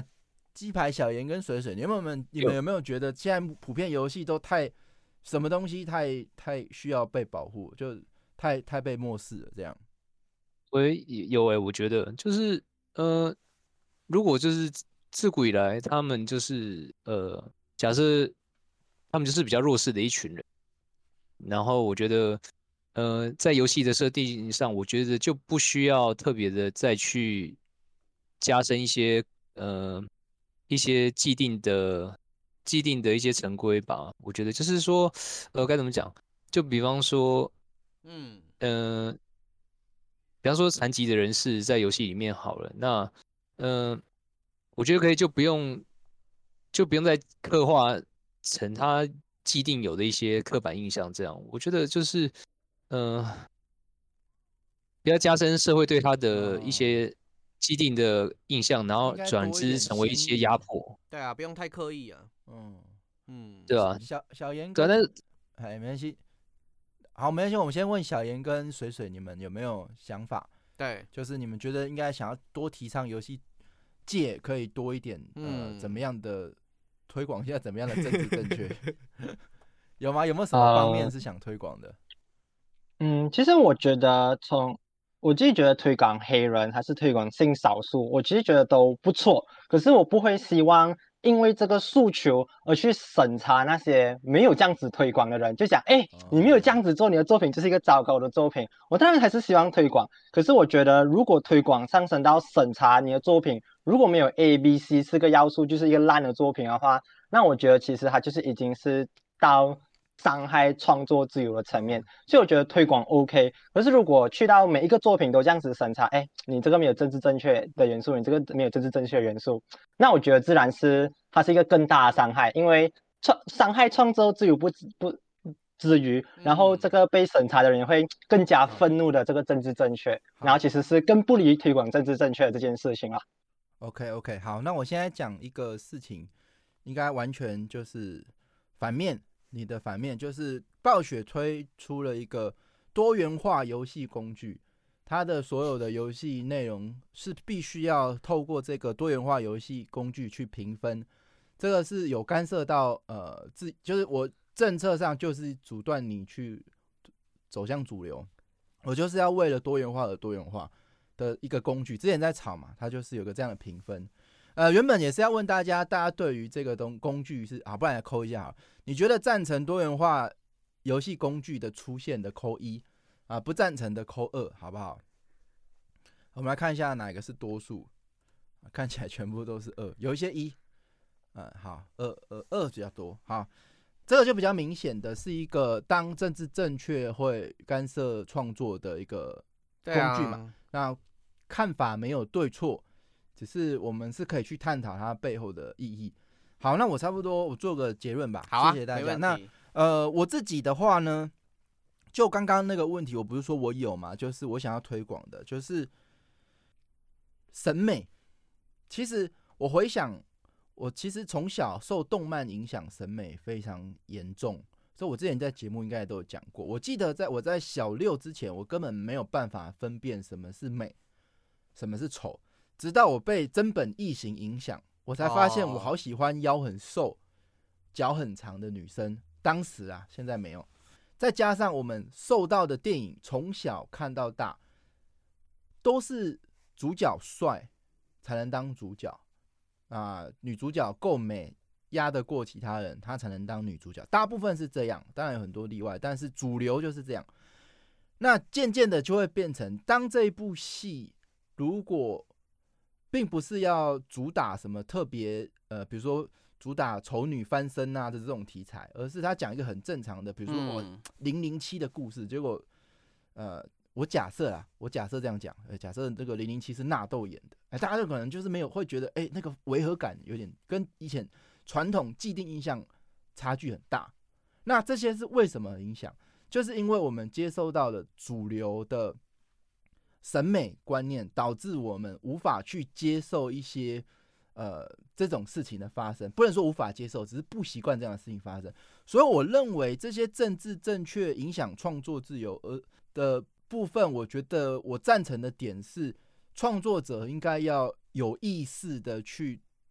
鸡排小严跟水水，你们有你们有没有觉得现在普遍游戏都太什么东西太太需要被保护，就太太被漠视了这样？ 我有哎、欸，我觉得就是呃，如果就是自古以来他们就是呃，假设他们就是比较弱势的一群人，然后我觉得呃，在游戏的设定上，我觉得就不需要特别的再去加深一些呃一些既定的既定的一些成规吧。我觉得就是说，呃，该怎么讲？就比方说， 嗯， 呃，比方说残疾的人士在游戏里面好了，那嗯、呃，我觉得可以就不用就不用再刻画成他既定有的一些刻板印象，这样我觉得就是嗯、呃，不要加深社会对他的一些既定的印象，然后转之成为一些压迫。 对啊，不用太刻意啊。 嗯嗯， 对啊， 小小严哥，但是哎，没关系。好，没关系，我们先问小严跟水水，你们有没有想法？ 对， 就是你们觉得应该想要多提倡游戏界可以多一点，嗯、呃，怎么样的推广一下怎么样的政治正确？有吗？有没有什么方面是想推广的？ 嗯，其实我觉得从我自己觉得推广黑人还是推广性少数，我其实觉得都不错。可是我不会希望因为这个诉求而去审查那些没有这样子推广的人，就讲，哎，你没有这样子做，你的作品就是一个糟糕的作品。我当然还是希望推广，可是我觉得如果推广上升到审查你的作品，如果没有 A、B、C 四个要素，就是一个烂的作品的话，那我觉得其实它就是已经是到伤害创作自由的层面，所以我觉得推广 OK。可是如果去到每一个作品都这样子审查，哎，你这个没有政治正确的元素，你这个没有政治正确的元素，那我觉得自然是它是一个更大的伤害，因为创伤害创作自由不不之余，然后这个被审查的人会更加愤怒的这个政治正确，然后其实是更不利于推广政治正确的这件事情啊。 OK OK， 好，那我现在讲一个事情，应该完全就是反面。你的反面就是暴雪推出了一个多元化游戏工具，它的所有的游戏内容是必须要透过这个多元化游戏工具去评分，这个是有干涉到呃自就是我政策上就是阻断你去走向主流，我就是要为了多元化而多元化的一个工具。之前在吵嘛，它就是有个这样的评分。呃，原本也是要问大家，大家对于这个东工具是啊，不然来扣一下好，你觉得赞成多元化游戏工具的出现的扣一啊，不赞成的扣二，好不好？我们来看一下哪个是多数，看起来全部都是二，有一些一，嗯，好，二二二比较多，好，这个就比较明显的是一个当政治正确会干涉创作的一个工具嘛，啊、那看法没有对错。只是我们是可以去探讨它背后的意义。好，那我差不多我做个结论吧。 好啊， 谢谢大家。那呃，我自己的话呢，就刚刚那个问题，我不是说我有嘛，就是我想要推广的，就是审美。其实我回想，我其实从小受动漫影响，审美非常严重。所以我之前在节目应该都有讲过。我记得在我在小六之前，我根本没有办法分辨什么是美，什么是丑。直到我被真本异形影响，我才发现我好喜欢腰很瘦、脚很长的女生。当时啊，现在没有。再加上我们受到的电影，从小看到大，都是主角帅才能当主角啊、呃，女主角够美，压得过其他人，她才能当女主角。大部分是这样，当然有很多例外，但是主流就是这样。那渐渐的就会变成，当这一部戏如果并不是要主打什么特别呃，比如说主打丑女翻身啊的这种题材，而是他讲一个很正常的，比如说我零零七的故事，结果呃，我假设啊，我假设这样讲，呃，假设这个零零七是纳豆演的，哎，大家就可能就是没有会觉得，哎，那个违和感有点跟以前传统既定印象差距很大。那这些是为什么影响？就是因为我们接受到了主流的审美观念，导致我们无法去接受一些呃这种事情的发生，不能说无法接受，只是不习惯这样的事情发生。所以我认为这些政治正确影响创作自由而的部分，我觉得我赞成的点是，创作者应该要有意识的去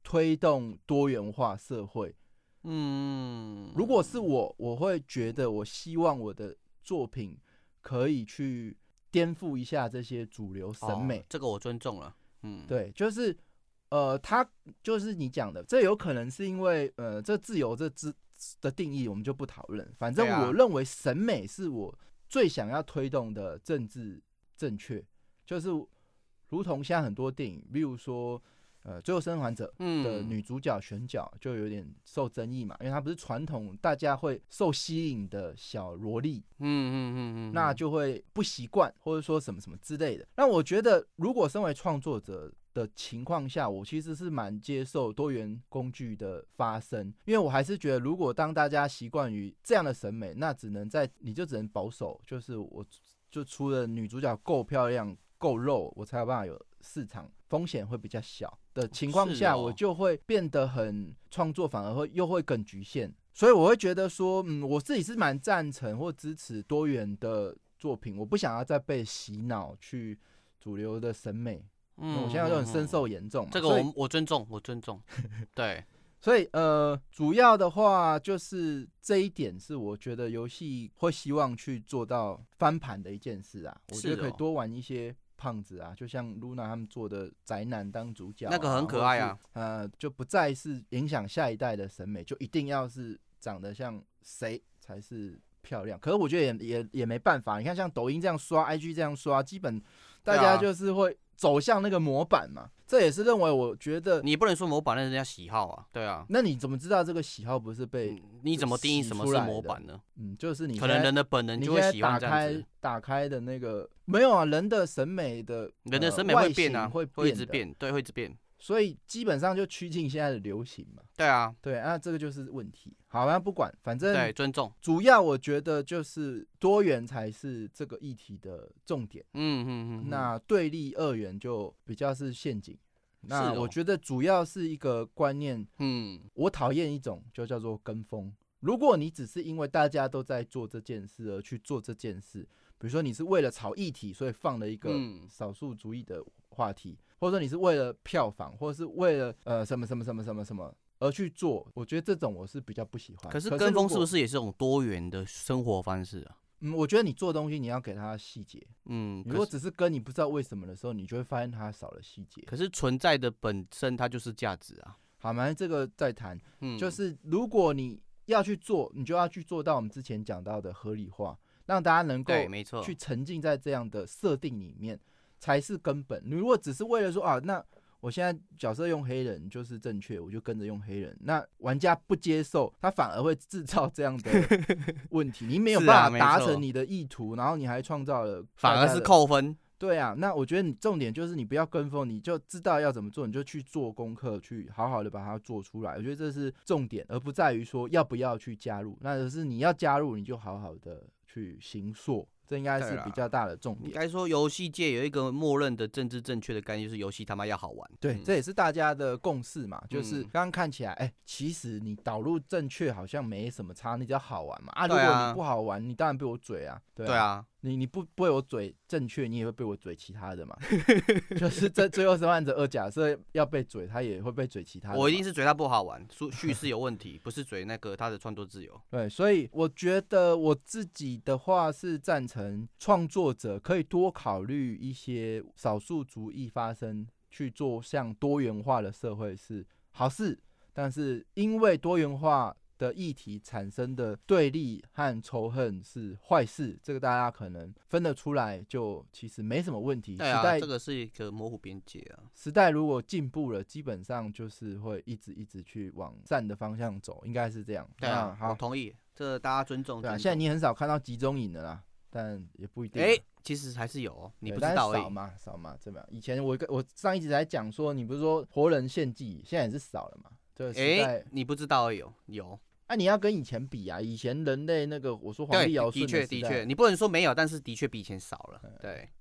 推动多元化社会。 嗯， 如果是我，我会觉得我希望我的作品可以去颠覆一下这些主流审美。 哦、这个我尊重了。嗯， 对，就是呃，他就是你讲的，这有可能是因为呃，这自由这之的定义我们就不讨论。反正我认为审美是我最想要推动的政治正确，就是如同现在很多电影，例如说。呃，最后生还者的女主角选角就有点受争议嘛，因为她不是传统大家会受吸引的小萝莉， 嗯嗯嗯嗯， 那就会不习惯，或者说什么什么之类的。那我觉得，如果身为创作者的情况下，我其实是蛮接受多元工具的发生，因为我还是觉得，如果当大家习惯于这样的审美，那只能在你就只能保守，就是我就除了女主角够漂亮、够肉，我才有办法有市场，风险会比较小的情况下，哦、我就会变得很创作，反而会又会更局限。所以我会觉得说，嗯，我自己是蛮赞成或支持多元的作品，我不想要再被洗脑去主流的审美。嗯，我现在就很深受严重嘛。 这个我我尊重，我尊重。对， 所以呃，主要的话就是这一点是我觉得游戏会希望去做到翻盘的一件事啊。我觉得可以多玩一些。胖子啊，就像 Luna 他们做的宅男当主角、啊， 那个很可爱啊。 呃，就不再是影响下一代的审美，就一定要是长得像谁才是漂亮。可是我觉得也也也没办法，你看像抖音这样刷 ，I G 这样刷，基本大家就是会走向那个模板嘛。这也是认为，我觉得你不能说模板，那是人家喜好啊，对啊。 那你怎么知道这个喜好不是被、嗯？ 你怎么定义什么是模板呢？ 嗯，就是你可能人的本能就会喜欢这样子。 你打开的那个没有啊，人的审美的人的审美会变啊， 呃、会会一直变，对，会一直变。 所以基本上就趋近现在的流行嘛。 对啊， 对啊，这个就是问题。好，那不管，反正对尊重。 主要我觉得就是多元才是这个议题的重点。 嗯嗯嗯。 那对立二元就比较是陷阱。那我觉得主要是一个观念。 嗯， 我讨厌一种就叫做跟风。如果你只是因为大家都在做这件事而去做这件事，比如说你是为了炒议题，所以放了一个少数主义的话题，嗯、或者说你是为了票房，或者是为了呃什么什么什么什么什么而去做，我觉得这种我是比较不喜欢。 可是跟风是不是也是一种多元的生活方式啊？ 嗯，我觉得你做东西你要给它细节。 嗯， 如果只是跟你不知道为什么的时候，你就会发现它少了细节。 可是存在的本身它就是价值啊。 好嘛，这个再谈。 嗯， 就是如果你要去做，你就要去做到我们之前讲到的合理化，让大家能够去沉浸在这样的设定里面，才是根本。你如果只是为了说啊，那我现在角色用黑人就是正确，我就跟着用黑人，那玩家不接受，他反而会制造这样的问题，你没有办法达成你的意图，然后你还创造了反而是扣分。 对啊，那我觉得你重点就是你不要跟风，你就知道要怎么做，你就去做功课，去好好的把它做出来。我觉得这是重点，而不在于说要不要去加入，那就是你要加入，你就好好的去行塑。这应该是比较大的重点。 应该说，游戏界有一个默认的政治正确的概念，就是游戏他妈要好玩。 对，嗯、这也是大家的共识嘛。就是刚刚看起来，哎、欸，其实你导入正确好像没什么差，你只要好玩嘛。啊，如果你不好玩，你当然被我嘴啊。对啊。 对啊你你不被我嘴正确，你也会被我嘴其他的嘛。就是这最后生还者二，假设要被嘴，他也会被嘴其他的。 我一定是嘴他不好玩，叙事有问题，不是嘴那个他的创作自由。 对，所以我觉得我自己的话是赞成创作者可以多考虑一些少数族裔发生，去做像多元化的社会是好事，但是因为多元化的议题产生的对立和仇恨是坏事，这个大家可能分得出来，就其实没什么问题。 对啊， 时代这个是一个模糊边界啊。 时代如果进步了，基本上就是会一直一直去往善的方向走，应该是这样。 对啊， 好， 我同意，这大家尊重。 对啊，现在你很少看到集中营的啦，但也不一定。 哎、欸，其实还是有、哦，你不知道而已。 少嘛，少嘛，怎么样？以前我我上一集才讲说，你不是说活人献祭，现在也是少了嘛？这个时代、 欸、你不知道而已，有。 啊，你要跟以前比啊，以前人类那个我说黄帝尧舜的时代， 的确的确，你不能说没有，但是的确比以前少了。对，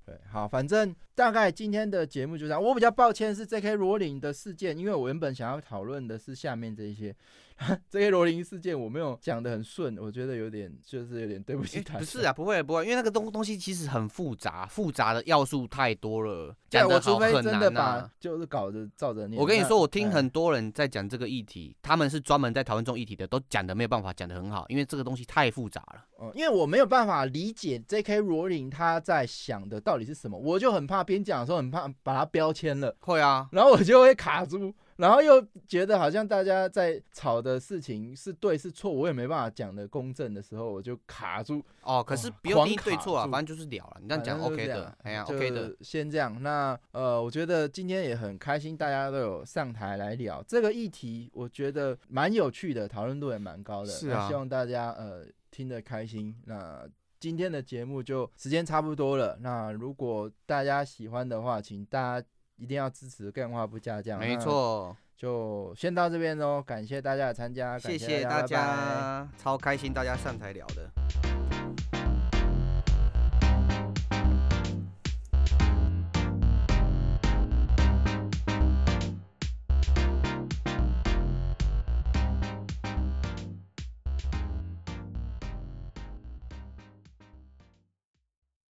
对，好，反正大概今天的节目就这样。我比较抱歉是 J K 罗琳的事件，因为我原本想要讨论的是下面这一些，J K 罗琳事件我没有讲得很顺，我觉得有点就是有点对不起他。 不是啊，不会不会，因为那个东东西其实很复杂，复杂的要素太多了， 对， 讲我除非得好很真的把难啊。 就是搞着照着念。 我跟你说，我听那很多人在讲这个议题，他们是专门在讨论这种议题的，都讲的没有办法讲得很好，因为这个东西太复杂了。 嗯，因为我没有办法理解 J K 罗琳他在想的到底是什么，我就很怕边讲的时候很怕把他标签了， 会啊， 然后我就会卡住，然后又觉得好像大家在吵的事情是对是错，我也没办法讲的公正的时候，我就卡住。 哦，可是不用定义对错啊，反正就是聊了，你这样讲 OK 的，哎呀 OK 的， 先这样。那呃，我觉得今天也很开心，大家都有上台来聊这个议题，我觉得蛮有趣的，讨论度也蛮高的。 是啊， 希望大家呃听得开心。那今天的节目就时间差不多了，那如果大家喜欢的话，请大家一定要支持干话不加酱。 没错， 就先到这边喽，感谢大家的参加， 谢谢大家， 拜拜， 超开心大家上台聊的。